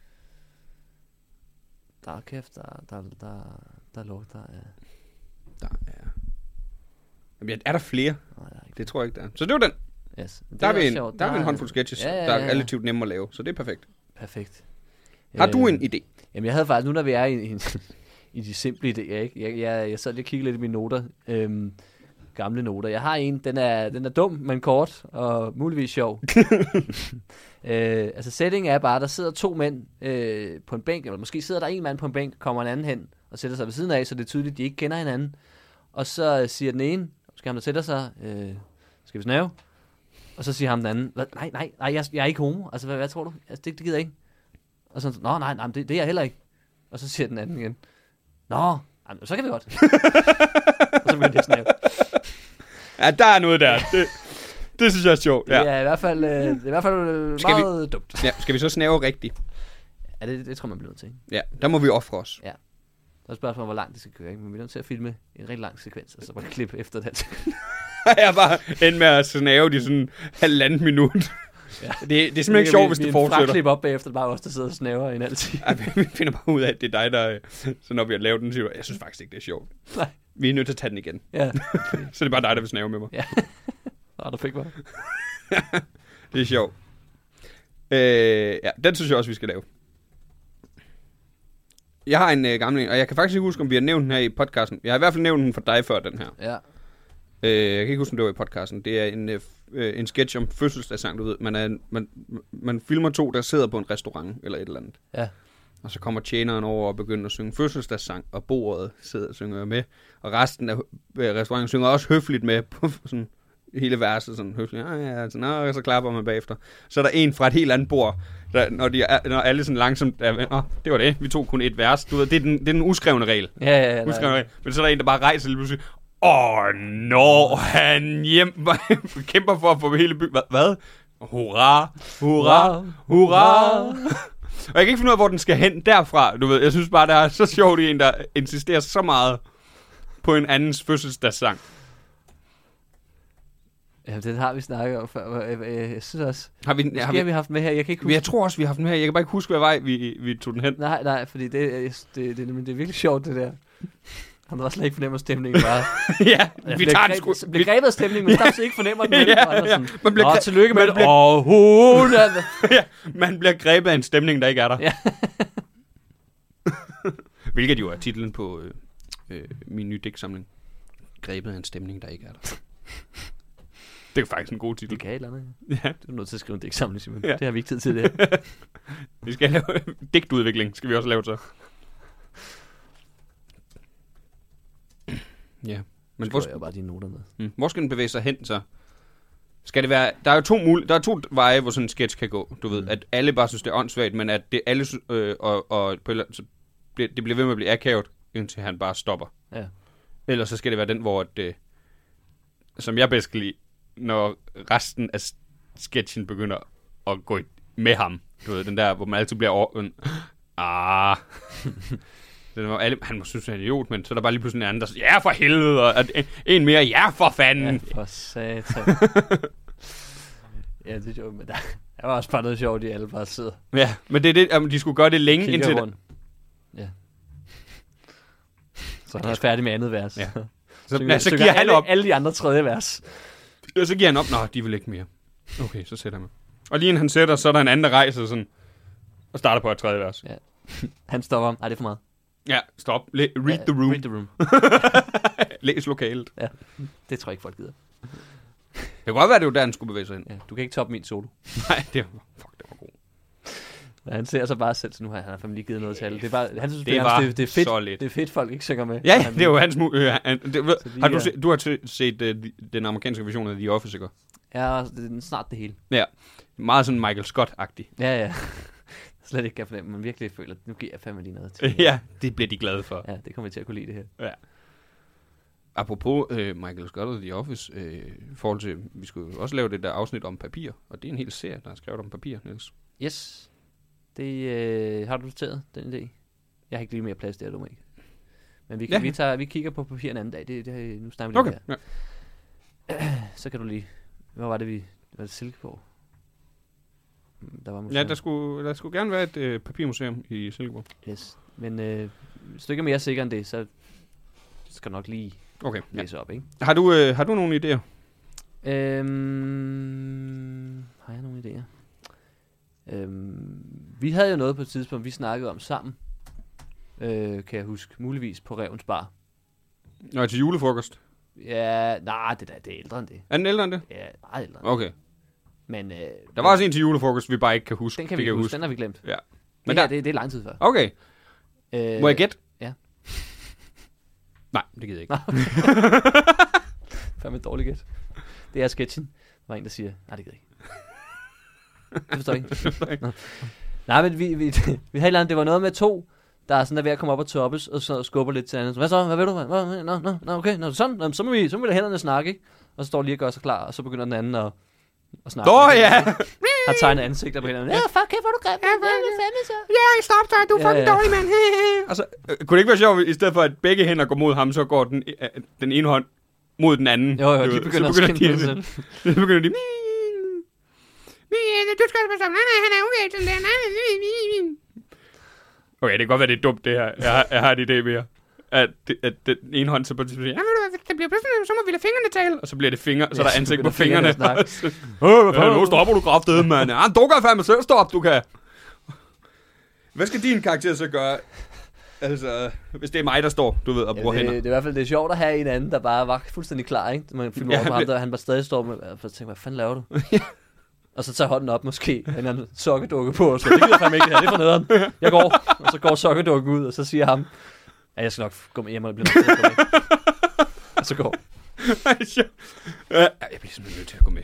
Der er kæft, der lugter af... Der er... Jamen, er der flere? Nej, der er ikke. Det tror jeg ikke, der er. Så det var den. Yes. Der er vi en håndfuld sketches, der er relativt nemme at lave, så det er perfekt. Perfekt. Har du en idé? Jamen, jeg havde faktisk, nu når vi er i de simple idéer, ikke? Jeg sad lige og kiggede lidt i mine noter. Gamle noter. Jeg har en, den er dum, men kort, og muligvis sjov. Altså, setting er bare, der sidder to mænd på en bænk, eller måske sidder der en mand på en bænk, kommer en anden hen, og sætter sig ved siden af, så det er tydeligt, at de ikke kender hinanden. Og så siger den ene, skal ham der sætter sig, skal vi snave? Og så siger ham den anden, nej, jeg er ikke homo. Altså, hvad tror du? Altså, det gider jeg ikke. Og så, nej, det er jeg heller ikke. Og så siger den anden igen, så kan vi godt. Og så begynder de at snave. Ja, der er noget der. Det synes jeg er sjovt. Ja. Det er i hvert fald, meget dumt. Ja, skal vi så snave rigtigt? Ja, det tror man bliver nødt til. Ja, der må vi ofre os. Ja. Der er spørgsmålet, hvor langt det skal køre. Ikke? Men vi er nødt til at filme en rigtig lang sekvens, og så bare klippe efter det. Jeg bare ender med at snave de sådan 1,5 minut. Ja. Det er simpelthen ikke sjovt, hvis det fortsætter. Vi er klip op bagefter, det er bare os, der sidder og snaver i en altid. Ja, vi finder bare ud af, at det er dig, der... Så når vi har lavet den, siger jeg synes faktisk ikke, det er sjovt. Nej. Vi er nødt til at tage den igen. Ja. Så det er bare dig, der vil snave med mig. Ja. Der fik mig. Det er sjovt. Ja, den synes jeg også, vi skal lave. Jeg har en gammel en, og jeg kan faktisk ikke huske, om vi har nævnt den her i podcasten. Jeg har i hvert fald nævnt den for dig før, den her. Ja. Jeg kan ikke huske, om det var i podcasten. Det er en sketch om fødselsdagssang, du ved. Man filmer to, der sidder på en restaurant eller et eller andet. Ja. Og så kommer tjeneren over og begynder at synge fødselsdagssang, og bordet sidder og synger med. Og resten af restauranten synger også høfligt med på sådan hele verset, sådan høfligt. Og så klapper man bagefter. Så er der en fra et helt andet bord, der, når alle sådan langsomt det var det, vi tog kun et vers. Du ved, det er den uskrevne regel. Ja. Uskrevne regel. Men så er der en, der bare rejser lige pludselig. Når han kæmper for at få hele byen. Hvad? Hurra, hurra, hurra. Og jeg kan ikke finde ud af, hvor den skal hen derfra. Du ved, jeg synes bare, det er så sjovt, en, der insisterer så meget på en andens fødselsdagssang. Ja, det har vi snakket om før. Jeg synes også... Har vi haft med her? Jeg kan ikke huske... Jeg tror også, vi har haft den med her. Jeg kan bare ikke huske, hvad vej vi tog den hen. Nej, fordi det er virkelig sjovt, det der. Han har slet ikke fornemmer stemningen bare. Ja, vi tager den sgu... bliver grebet af stemningen, men samtidig ikke fornemmer den. Ja. Man bliver tillykke med det. Ja, man bliver grebet af en stemning, der ikke er der. Ja. Hvilket jo er titlen på min nye digtsamling. Grebet af en stemning, der ikke er der. Det er faktisk en god titel. Det kan et eller andet. Ja. Du er nødt til at skrive en digtsamling, Simon. Ja. Det har vi ikke tid til, det her. Vi skal lave digtudvikling, skal vi også lave så. Ja. Men hvor jeg bare dine noter med. Hvor skal den bevæge sig hen så? Skal det være... Der er to veje, hvor sådan en sketch kan gå. Du ved, at alle bare synes, det er åndssvagt, men at det alle... det bliver ved med at blive akavet, indtil han bare stopper. Ja. Ellers så skal det være den, hvor det... Som jeg bedst kan lide, når resten af sketchen begynder at gå med ham. Du ved, den der, hvor man altid bliver han må synes, han er idiot, men så er der bare lige pludselig en anden, der siger, ja for helvede, og en mere, ja for fanden. Ja, for satan. Ja, det er sjovt, men der var også bare noget sjovt, de alle bare sidder. Ja, men det er det, de skulle gøre det længe indtil rundt. Ja. Så er han også færdig med andet vers. Ja. Så giver han op. Alle de andre tredje vers. Og så giver han op, nå, de vil ikke mere. Okay, så sætter han. Og lige inden han sætter, så er der en anden, der rejser sådan, og starter på et tredje vers. Ja. Han stopper. Nej, det er for meget. Ja, stop. Read the room. Read the room. Læs lokalet. Ja, det tror jeg ikke, folk gider. Det kan godt være, det var der, han skulle bevæge sig ind. Ja, du kan ikke toppe min solo. Nej, det var god. Ja, han ser så bare selv, så nu har han fandme lige givet noget til alle. Det er bare, han synes, det er fedt. Så lidt. Det er fedt, folk ikke synger med. Ja, det er jo hans du har set den amerikanske version af The Office, ikke? Ja, det er snart det hele. Ja, meget sådan Michael Scott-agtig. Ja. Slet ikke kan fornemme, man virkelig føler, at nu giver jeg fandme lige noget til. Ja, det bliver de glade for. Ja, det kommer vi til at kunne lide det her. Ja. Apropos Michael Scott og The Office, i forhold til, vi skulle også lave det der afsnit om papir, og det er en hel serie, der er skrevet om papir, Niels. Yes. Det har du noteret, den idé? Jeg har ikke lige mere plads der, du må ikke. Men vi kigger på papir en anden dag. Nu snakker vi lige der. Ja. Så kan du lige... Hvor var det var det Silkeborg? Der var museum. Ja, der skulle gerne være et papirmuseum i Silkeborg. Yes. Men hvis du ikke er mere sikker end det, så skal du nok lige læse op, ikke? Har du nogle idéer? Har jeg nogle idéer? Vi havde jo noget på et tidspunkt, vi snakkede om sammen. Kan jeg huske. Muligvis på Revens Bar. Nå, til julefrokost? Ja, nej, det er ældre end det. Er den ældre end det? Ja, meget ældre. Okay. Men der var også en til julefrokost, vi bare ikke kan huske. Den kan vi huske. Den har vi glemt. Ja. Men det er lang tid før. Okay. Må jeg gætte? Ja. Nej, det gider jeg ikke. Fandme dårlig gæt. Det er sketchen. Der var en, der siger, nej, det gider jeg ikke. Det forstår jeg ikke. Nej, men vi havde et eller andet, det var noget med to, der er sådan der ved at komme op og toppes, og så skubber lidt til andet. Hvad så? Hvad vil du? Nå, okay. Nå, sådan. Så må vi lade hænderne snakke, ikke? Og så står lige og gør sig klar, og så begynder den anden at snakke. Ja! Har tegnet ansigter på hinanden. Ja, fuck, hvor du grim. Ja, stop så, du er fucking dårlig, mand. Og så, kunne det ikke være sjovt, i stedet for at begge hænder går mod ham, så går den ene hånd mod den anden. Jo, de begynder at skænde på sig selv. Så begynder de... Du skal være sammen. Nej, han er okay, sådan der. Okay, det kan godt være, det er dumt, det her. Jeg har et idé mere. At den ene hånd så på det siger, ja, det bliver pludselig, så må vi lade fingrene tale. Og så bliver det fingre, så der er ansigt på fingrene. Nu stopper du kraftedeme, mand. Ja, du kan fandme selv stoppe, du kan. Hvad skal din karakter så gøre? Altså, hvis det er mig, der står, du ved, og bruger hænder. Det er i hvert fald det er sjovt at have en anden, der bare var fuldstændig klar, ikke? Man filmer over på ham, der han bare stadig står med, og tænker, hvad fanden laver du? Og så tager hånden op måske, en anden sokkedukke på, og så det gider fandme ikke det her, det er for nederen. Jeg går, og så går sokkedukken ud, og så siger ham, ja, jeg skal nok gå med hjem, og det bliver nødt til at gå med. Og så går. Jeg bliver simpelthen nødt til at gå med.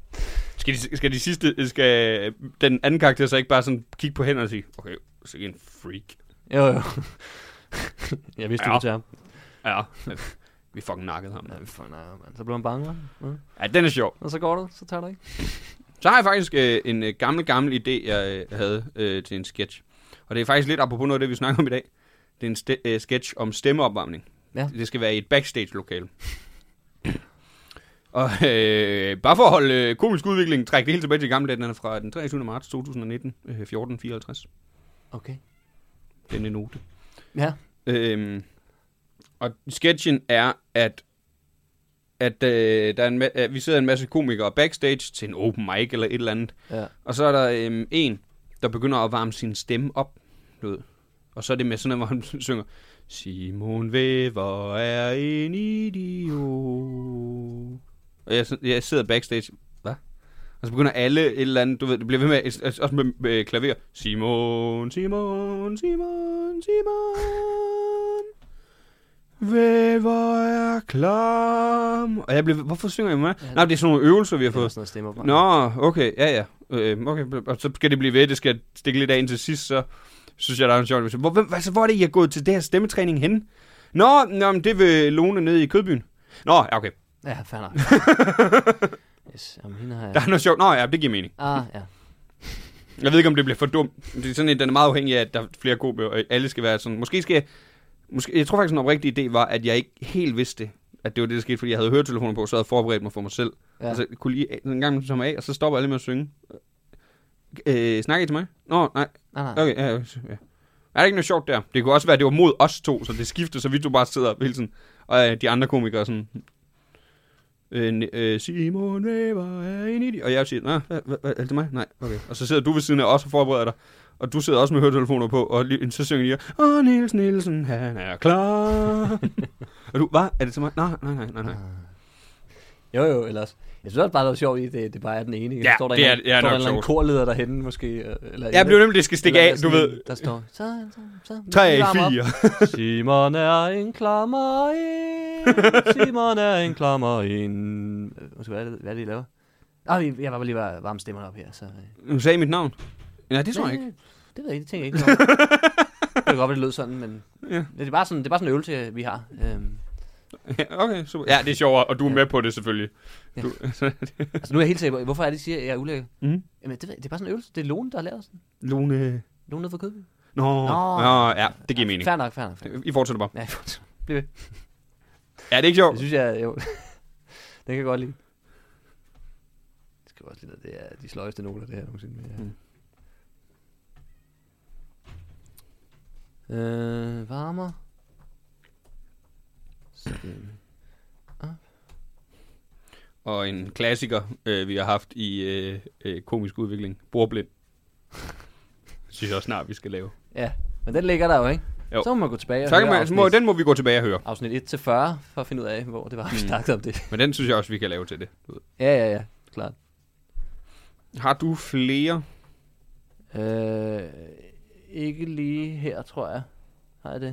Skal den anden karakter så ikke bare sådan kigge på hænderne og sige, okay, så er en freak. Jo. Jeg vidste, du kunne tage ham. Ja, vi fucking nakkede ham. Ja, vi fucking nakkede ham. Så blev han bange, Ja, den er sjov. Og så går du, så tager du ikke. Så har jeg faktisk en gammel idé, jeg havde til en sketch. Og det er faktisk lidt apropos noget af det, vi snakker om i dag. Det er en sketch om stemmeopvarmning. Ja. Det skal være i et backstage-lokale. Og bare for at holde komisk udvikling, træk det helt tilbage til gamle dage, den er fra den 23. marts 2019, 14.54. Okay. Den er note. Ja. Og sketchen er, at der er vi sidder en masse komikere backstage til en open mic eller et eller andet. Ja. Og så er der en, der begynder at varme sin stemme op. Og så er det med sådan noget, hvor han synger, Simon Weber er en idiot. Og jeg sidder backstage. Hvad? Og så begynder alle et eller andet, du ved, det bliver ved med, også med klaver. Simon. Weber er klam. Og jeg blev, hvorfor synger jeg med? Ja, nej, det er sådan nogle øvelser, vi har fået. Sådan noget nå, okay, ja. Okay, og så skal det blive ved, det skal stikke lidt af ind til sidst, så synes jeg, der er en sjovt. Hvor er det, I er gået til det her stemmetræning hen? Nå, det er ved Lone nede i Kødbyen. Nå, ja, okay. Ja, fair nok. Yes, jamen, hende har jeg... Der er noget sjovt. Nå, ja, det giver mening. Ah, ja. Jeg ved ikke, om det bliver for dumt. Det er sådan en, den er meget afhængig af, at der er flere komikere, og alle skal være sådan. Jeg tror faktisk, en oprigtig idé var, at jeg ikke helt vidste, at det var det, der skete, fordi jeg havde høretelefoner på, så jeg havde forberedt mig for mig selv. Ja. Altså, jeg kunne lige en gang som af, og så stopper alle med at synge. Snakker I til mig? Nå, nej. Okay, ja. Er der ikke noget sjovt der? Det kunne også være, at det var mod os to, så det skiftede, så vi to bare sidder hele tiden. Og de andre komikere sådan... Simon Weber er en idiot. Og jeg siger, nej, er det til mig? Nej, okay. Og så sidder du ved siden af os og forbereder dig. Og du sidder også med høretelefoner på, og så synger de, og Niels Nielsen, han er klar. Og du, hvad? Er det til mig? Nej. Jo, ellers. Jeg synes også bare, det var sjovt i, det bare er den ene. Ja, står der det er nok sjovt. En korleder derhenne, måske. Eller jeg bliver nemlig, det skal stikke af, du ved. Der står, 3, 4. Simon er en klammer ind. Simon er en klammer ind. Hvad er det, I laver? Jeg var lige varme stemmerne op her. Så. Du sagde mit navn? Nej, det tror jeg ikke. Det ved jeg ikke, det tænker jeg ikke. Det kan godt, det lød sådan, men ja. Det er bare sådan en øvelse, vi har. Ja, okay, super. Ja, det er sjovere, og du er med på det selvfølgelig. Ja. Altså nu er jeg helt sikker på, hvorfor er det, siger, at jeg er ulækker? Jamen, det er bare sådan en øvelse. Det er Lone, der har lavet sådan. Lone ned for Kødby. Nå, ja, det giver mening. Fair nok. I fortsætter bare. Ja, I fortsætter. Bliv ved. Ja, det er ikke sjovt. Det synes jeg, jo. Den kan jeg godt lide. Det skal også lide, det er de sløjeste noter, det her nogensinde. Varmer. Og en klassiker, vi har haft i komisk udvikling. Bordblind. Synes jeg også snart, vi skal lave. Ja, men den ligger der jo, ikke? Jo. Så må man gå tilbage og høre den må vi gå tilbage og høre. Afsnit 1-40, for at finde ud af, hvor det var, vi snakkede om det. Men den synes jeg også, vi kan lave til det. Ja, klart. Har du flere? Ikke lige her, tror jeg. Har jeg det?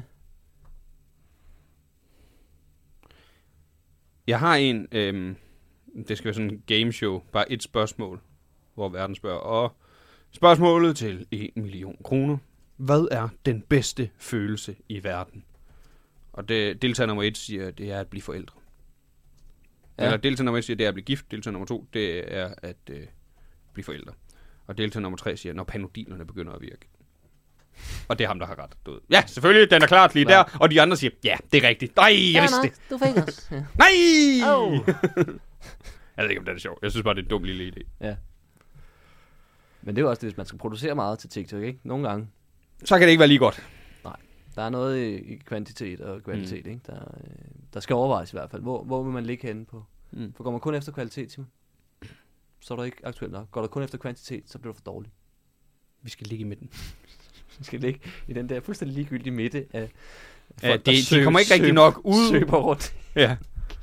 Jeg har en, det skal være sådan en gameshow, bare et spørgsmål, hvor verden spørger. Og spørgsmålet til 1 million kroner. Hvad er den bedste følelse i verden? Og deltager nummer 1 siger, det er at blive forældre. Ja. Eller deltager nummer 1 siger, det er at blive gift. Deltager nummer 2, det er at blive forældre. Og deltager nummer 3 siger, når panodilerne begynder at virke. Og det er ham, der har ret. Du ved. Ja, selvfølgelig, den er klart lige der. Og de andre siger, ja, det er rigtigt. Nej, jeg vidste det. Du fik os. Ja. Nej! Oh. Jeg ved ikke, om det er sjovt. Jeg synes bare, det er en dum lille idé. Ja. Men det er jo også det, hvis man skal producere meget til TikTok, ikke? Nogle gange. Så kan det ikke være lige godt. Nej. Der er noget i kvantitet og kvalitet, ikke? Der skal overvejes i hvert fald. Hvor vil man ligge henne på? For går man kun efter kvalitet, Simon, så er du ikke aktuelt nok. Går du kun efter kvantitet, så bliver du for dårlig. Vi skal ligge i midten. Vi skal ligge i den der fuldstændig ligegyldige midte af folk, de kommer ikke rigtig nok ud. Søber rundt. Ja.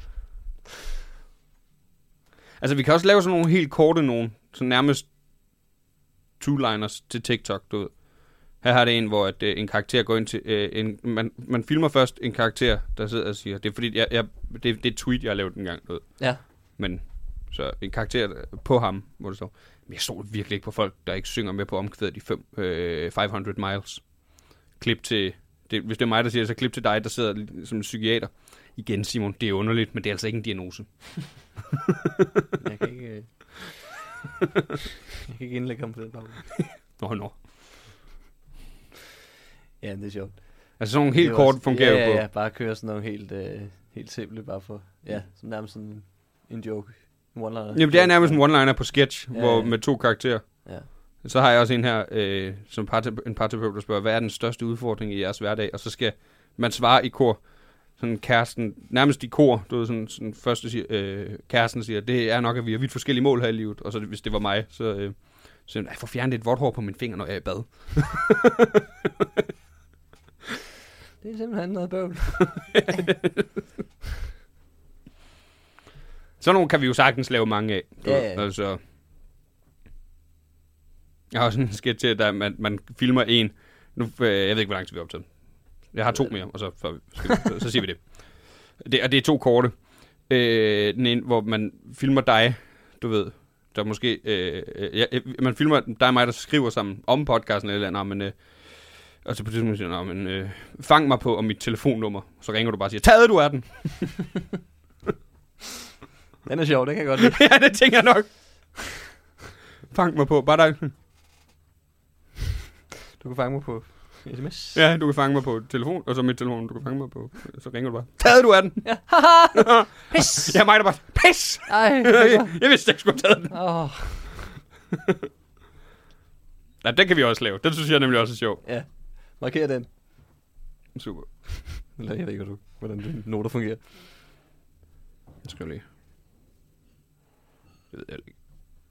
Altså, vi kan også lave sådan nogle helt korte nogen, så nærmest two-liners til TikTok, du ved. Her har det en, hvor en karakter går ind til... man filmer først en karakter, der sidder og siger... Det er fordi, det er et tweet, jeg har lavet en gang, du ved. Ja. Men så en karakter på ham, hvor det står... Men jeg stoler virkelig ikke på folk, der ikke synger med på omkvædet i 500 miles. Klip til... hvis det er mig, der siger, så klip til dig, der sidder som en psykiater. Igen, Simon, det er underligt, men det er altså ikke en diagnose. Jeg kan ikke indlægge ham på den baggrund. Nå. Ja, det er sjovt. Altså sådan nogle helt kort fungerer jo på. Ja, bare køre sådan nogle helt simple, bare for... Ja, som nærmest sådan en joke. One-liner. Jamen, det er nærmest en one-liner på sketch, hvor med 2 karakterer. Ja. Så har jeg også en her, som en parterapeut, der spørger, hvad er den største udfordring i jeres hverdag? Og så skal man svare i kor. Sådan kæresten, nærmest i kor, du ved, sådan første siger, kæresten siger, det er nok, at vi har vidt forskellige mål her i livet. Og så hvis det var mig, så jeg får fjernet et vådt hår på min finger, når jeg er i bad. Det er simpelthen noget bøvl. Sådan nogle kan vi jo sagtens lave mange af. Ja. Altså, jeg har også en sketch til, at man filmer en. Nu, jeg ved ikke, hvor lang tid vi har optaget. Jeg har 2 mere, og så siger vi det. Og det er 2 korte. Den ene, hvor man filmer dig, du ved, der måske... man filmer dig og mig, der skriver sammen om podcasten eller andet, men... og så på det tidspunkt siger fang mig på om mit telefonnummer. Så ringer du bare og siger, taget du er den. Den er sjov, det kan jeg godt lide. Ja, det tænker jeg nok. Fang mig på, bare dig. Du kan fange mig på sms. Ja, du kan fange mig på telefon, og så mit telefon, du kan fange mig på, så ringer du bare. Taget du af den? Ja. Haha! Pis! Ja, mig der bare, pis! Ej, Jeg vidste, jeg skulle have taget den. Åh. Nej, den kan vi også lave. Den synes jeg nemlig også er sjov. Ja, marker den. Super. Eller jeg ved ikke, hvordan den noter fungerer. Jeg skriver lige. Det ved jeg ikke.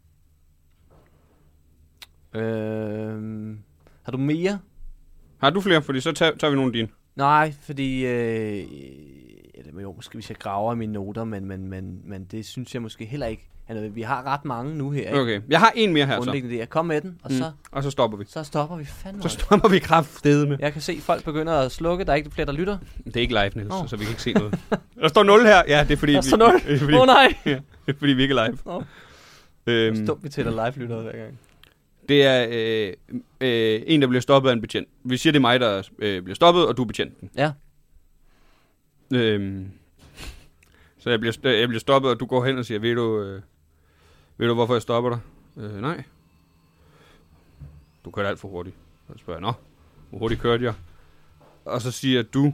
Har du mere? Har du flere? Fordi så tager vi nogle af dine. Nej, fordi... eller jo, måske hvis jeg graver i mine noter, men det synes jeg måske heller ikke. Vi har ret mange nu her, ikke? Okay, jeg har en mere her så. Grundlæggende det. Kom med den, og Og så stopper vi. så stopper vi fandme. Så stopper vi kraftedeme. Jeg kan se, at folk begynder at slukke. Der er ikke flere, der lytter. Det er ikke live, Niels, så vi kan ikke se noget. Der står 0 her. Ja, det er fordi... Der står 0? Åh nej! Ja, det er fordi, vi ikke er live. Stop, vi tæller live-lytter hver gang. Det er en, der bliver stoppet af en betjent. Vi siger, det er mig, der bliver stoppet, og du er betjenten. Ja. Så jeg bliver stoppet, og du går hen og siger, ved du hvorfor jeg stopper dig? Nej. Du kørte alt for hurtigt. Og så spørger jeg, nå, hvor hurtigt kørte jeg? Og så siger du,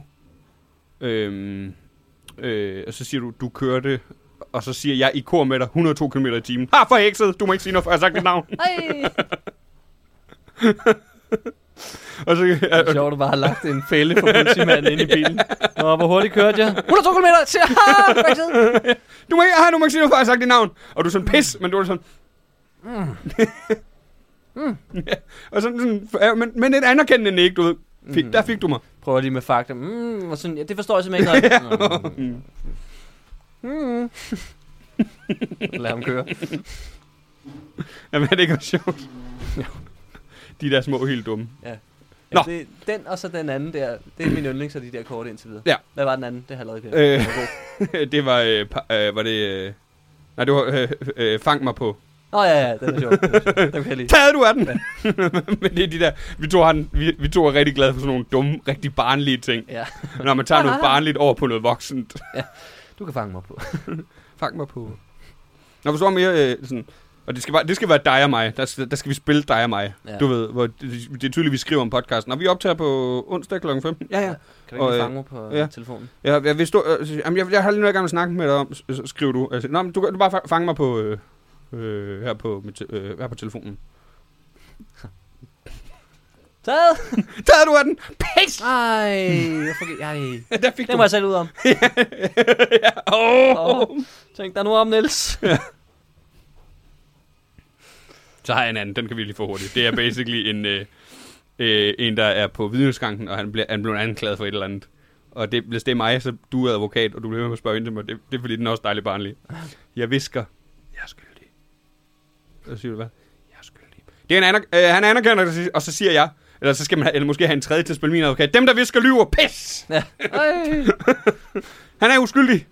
og så siger du kørte, og så siger jeg i kor med dig 102 km i timen. Ha, for hekset! Du må ikke sige noget, før jeg har sagt dit navn. Og så, Det er sjovt, du bare har lagt en fælde for politimanden inde i bilen. Nå, hvor hurtigt kørte jeg? 102 km! Du må ikke sige noget, før jeg har sagt dit navn. Og du er sådan pis, men du er sådan... Ja, og sådan men et anerkendende næg, du ved. Der fik du mig. Prøver lige med fakta. Og sådan, ja, det forstår jeg simpelthen ikke rigtig. Lad ham køre. Jamen, er det ikke også sjovt? De der små helt dumme. Ja. Nå. Det, den og så den anden der, det er min yndlings af de der korte indtil videre. Ja. Hvad var den anden? Det har jeg lavet ikke. Det var... Nej, det var Fang mig på. Ja, den er sjov. Den kan jeg lide. Taget du af den! Ja. Men det er de der... Vi to er rigtig glade for sådan nogle dumme, rigtig barnlige ting. Ja. Når man tager noget barnligt over på noget voksent. Ja. Du kan fange mig på. Fang mig på. Når vi så mere sådan... Og det skal være dig og mig. Der skal vi spille dig og mig. Ja. Du ved, hvor det er tydeligt, vi skriver om podcasten. Og vi optager på onsdag kl. 15. Ja. Kan du ikke fange mig på telefonen? Ja, jeg har lige noget gang at snakke med dig om, skriver du. Altså, nå, men du kan bare fange mig på her på telefonen. Taget du af den? Pis! Der fik det må jeg selv ud om. Tænk dig nu om, Niels. Så har jeg en anden, den kan vi lige få hurtigt. Det er basically en der er på vidneskranken, og han blev anklaget for et eller andet. Og hvis det er mig, så du er advokat, og du bliver med at spørge ind til mig. Det er fordi, den er også dejligt barnlig. Jeg visker, jeg er skyldig. Så siger du hvad? Jeg er skyldig. Det er han anerkender, og så siger jeg, eller så skal man måske have en tredje til at spille min advokat. Dem, der visker, lyver. Pis! Ja. Han er uskyldig.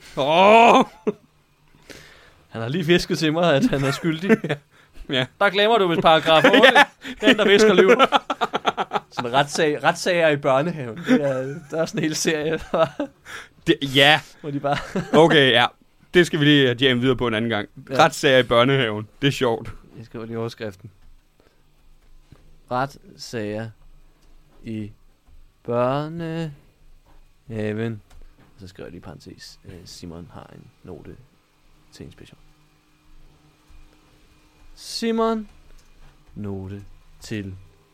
Han har lige visket til mig, at han er skyldig. Ja. Der glemmer du, hvis paragraf 8. Den, der visker, lyver. Sådan retssager i børnehaven. Der er sådan en hel serie. Ja. Hvor de bare... Okay, ja. Det skal vi lige jamme videre på en anden gang. Ja. Retssager i børnehaven. Det er sjovt. Jeg skriver lige overskriften. Retssager i børnehaven. Og så skriver jeg lige i parentes. Simon har en note til inspiration. Simon, note til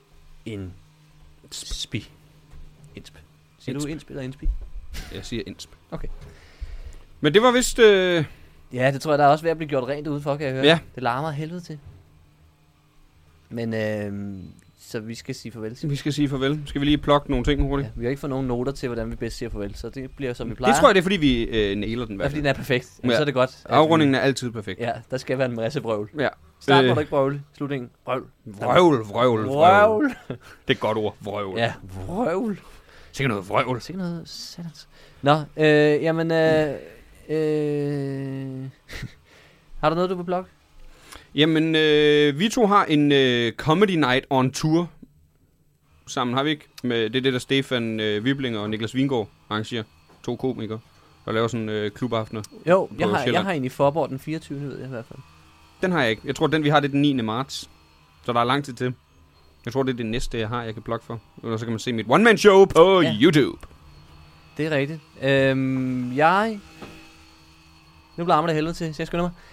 insp. Siger du insp eller insp? Jeg siger insp. Okay. Men det var vist... Ja, det tror jeg, der er også ved at blive gjort rent udenfor, kan jeg høre. Ja. Det larmer af helvede til. Men så vi skal sige farvel. Vi skal sige farvel. Skal vi lige plukke nogle ting hurtigt? Ja, vi har ikke fået nogen noter til, hvordan vi bedst siger farvel, så det bliver som vi plejer. Det tror jeg, det er fordi, vi nailer den. Ja, fordi den er perfekt. Ja. Så er det godt. Afrundingen er altid perfekt. Ja, der skal være en masse vrøvl. Ja. Start må du ikke vrøvle. Slutningen. Vrøvl. Vrøvl. Det er et godt ord. Vrøvl. Ja, vrøvl. Sikkert noget vrøvl. Sikkert noget satans. Nå, jamen... har du noget, du vil blogge? Jamen, vi to har en comedy night on tour sammen, har vi ikke? Det er det, der Stefan Wibling og Niklas Vingård arrangerer. 2 komikere, der laver sådan klubaftener. Jo, jeg har en i Forborg den 24. ved jeg i hvert fald. Den har jeg ikke. Jeg tror, den vi har, det er den 9. marts. Så der er lang tid til. Jeg tror, det er det næste, jeg har, jeg kan plukke for. Og så kan man se mit one-man-show på YouTube. Det er rigtigt. Nu larmer det helvede til, så jeg skynder mig.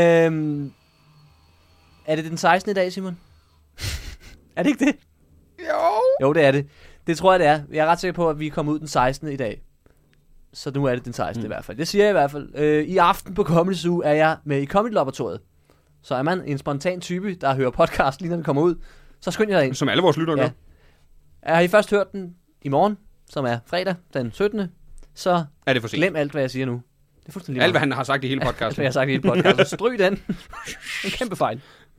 Er det den 16. i dag, Simon? Er det ikke det? Jo, det er det. Det tror jeg, det er. Jeg er ret sikker på, at vi kommer ud den 16. i dag. Så nu er det den 16. i hvert fald. Det siger jeg i hvert fald. I aften på Comedy Zoo er jeg med i Comedy Laboratoriet. Så er man en spontan type, der hører podcast lige når den kommer ud, så skynd jer derind. Som alle vores lyttere gør. Har I først hørt den i morgen, som er fredag den 17., så er det for sent. Glem alt, hvad jeg siger nu. Det er fuldstændig alt, hvad han har sagt i hele podcasten. Alt, hvad jeg har sagt i hele podcasten. Stryg den. En kæmpe fejl.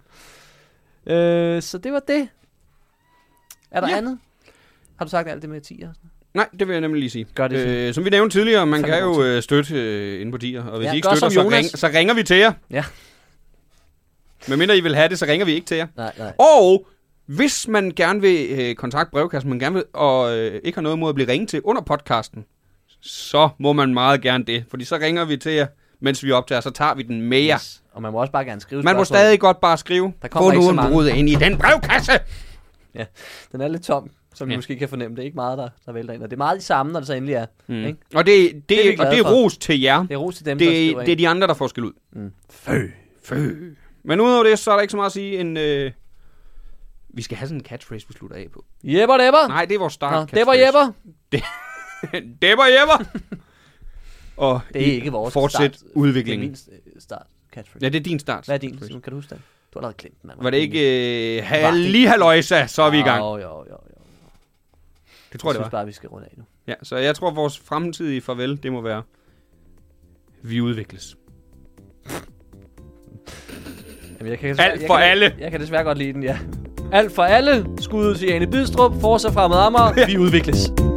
Så det var det. Er der andet? Har du sagt alt det med 10 og sådan? Nej, det vil jeg nemlig lige sige. Gør det. Som vi nævnte tidligere, man kan jo støtte inde på Tier. Og hvis I ikke støtter, så ringer vi til jer. Ja. Men mindre I vil have det, så ringer vi ikke til jer. Nej. Og hvis man gerne vil kontakte brevkassen, man gerne vil, og ikke har noget mod at blive ringet til under podcasten, så må man meget gerne det. Fordi så ringer vi til jer, mens vi optager, så tager vi den med jer. Yes. Og man må også bare gerne skrive. Man må stadig godt bare skrive. Få nu en brud ind i den brevkasse. Ja, den er lidt tom, som I måske kan fornemme. Det er ikke meget, der vælter ind. Og det er meget de samme, når det så endelig er. Ikke? Og det er ros til jer. Det er ros til dem, der skriver. Det er de andre, der får skæld ud. Fø. Men udover det, så er der ikke så meget at sige end... vi skal have sådan en catchphrase, vi slutter af på. Jepper. Nej, det er vores start. Det var Jepper. Det var Jepper. Og det er ikke vores fortsæt udviklingen. Det er min start catchphrase. Ja, det er din start. Hvad er din? Kan du huske det? Du har allerede glemt den. Var det ikke lige halløjsa, så er vi i gang. Jo. Det tror jeg, det var. Bare, vi skal runde af nu. Ja, så jeg tror, vores fremtidige farvel, det må være, vi udvikles. Jamen, alt for alle. Jeg kan desværre godt lide den, ja. Alt for alle. Skud ud til Jane Bidstrup. Forza fremad Amager. Vi udvikles.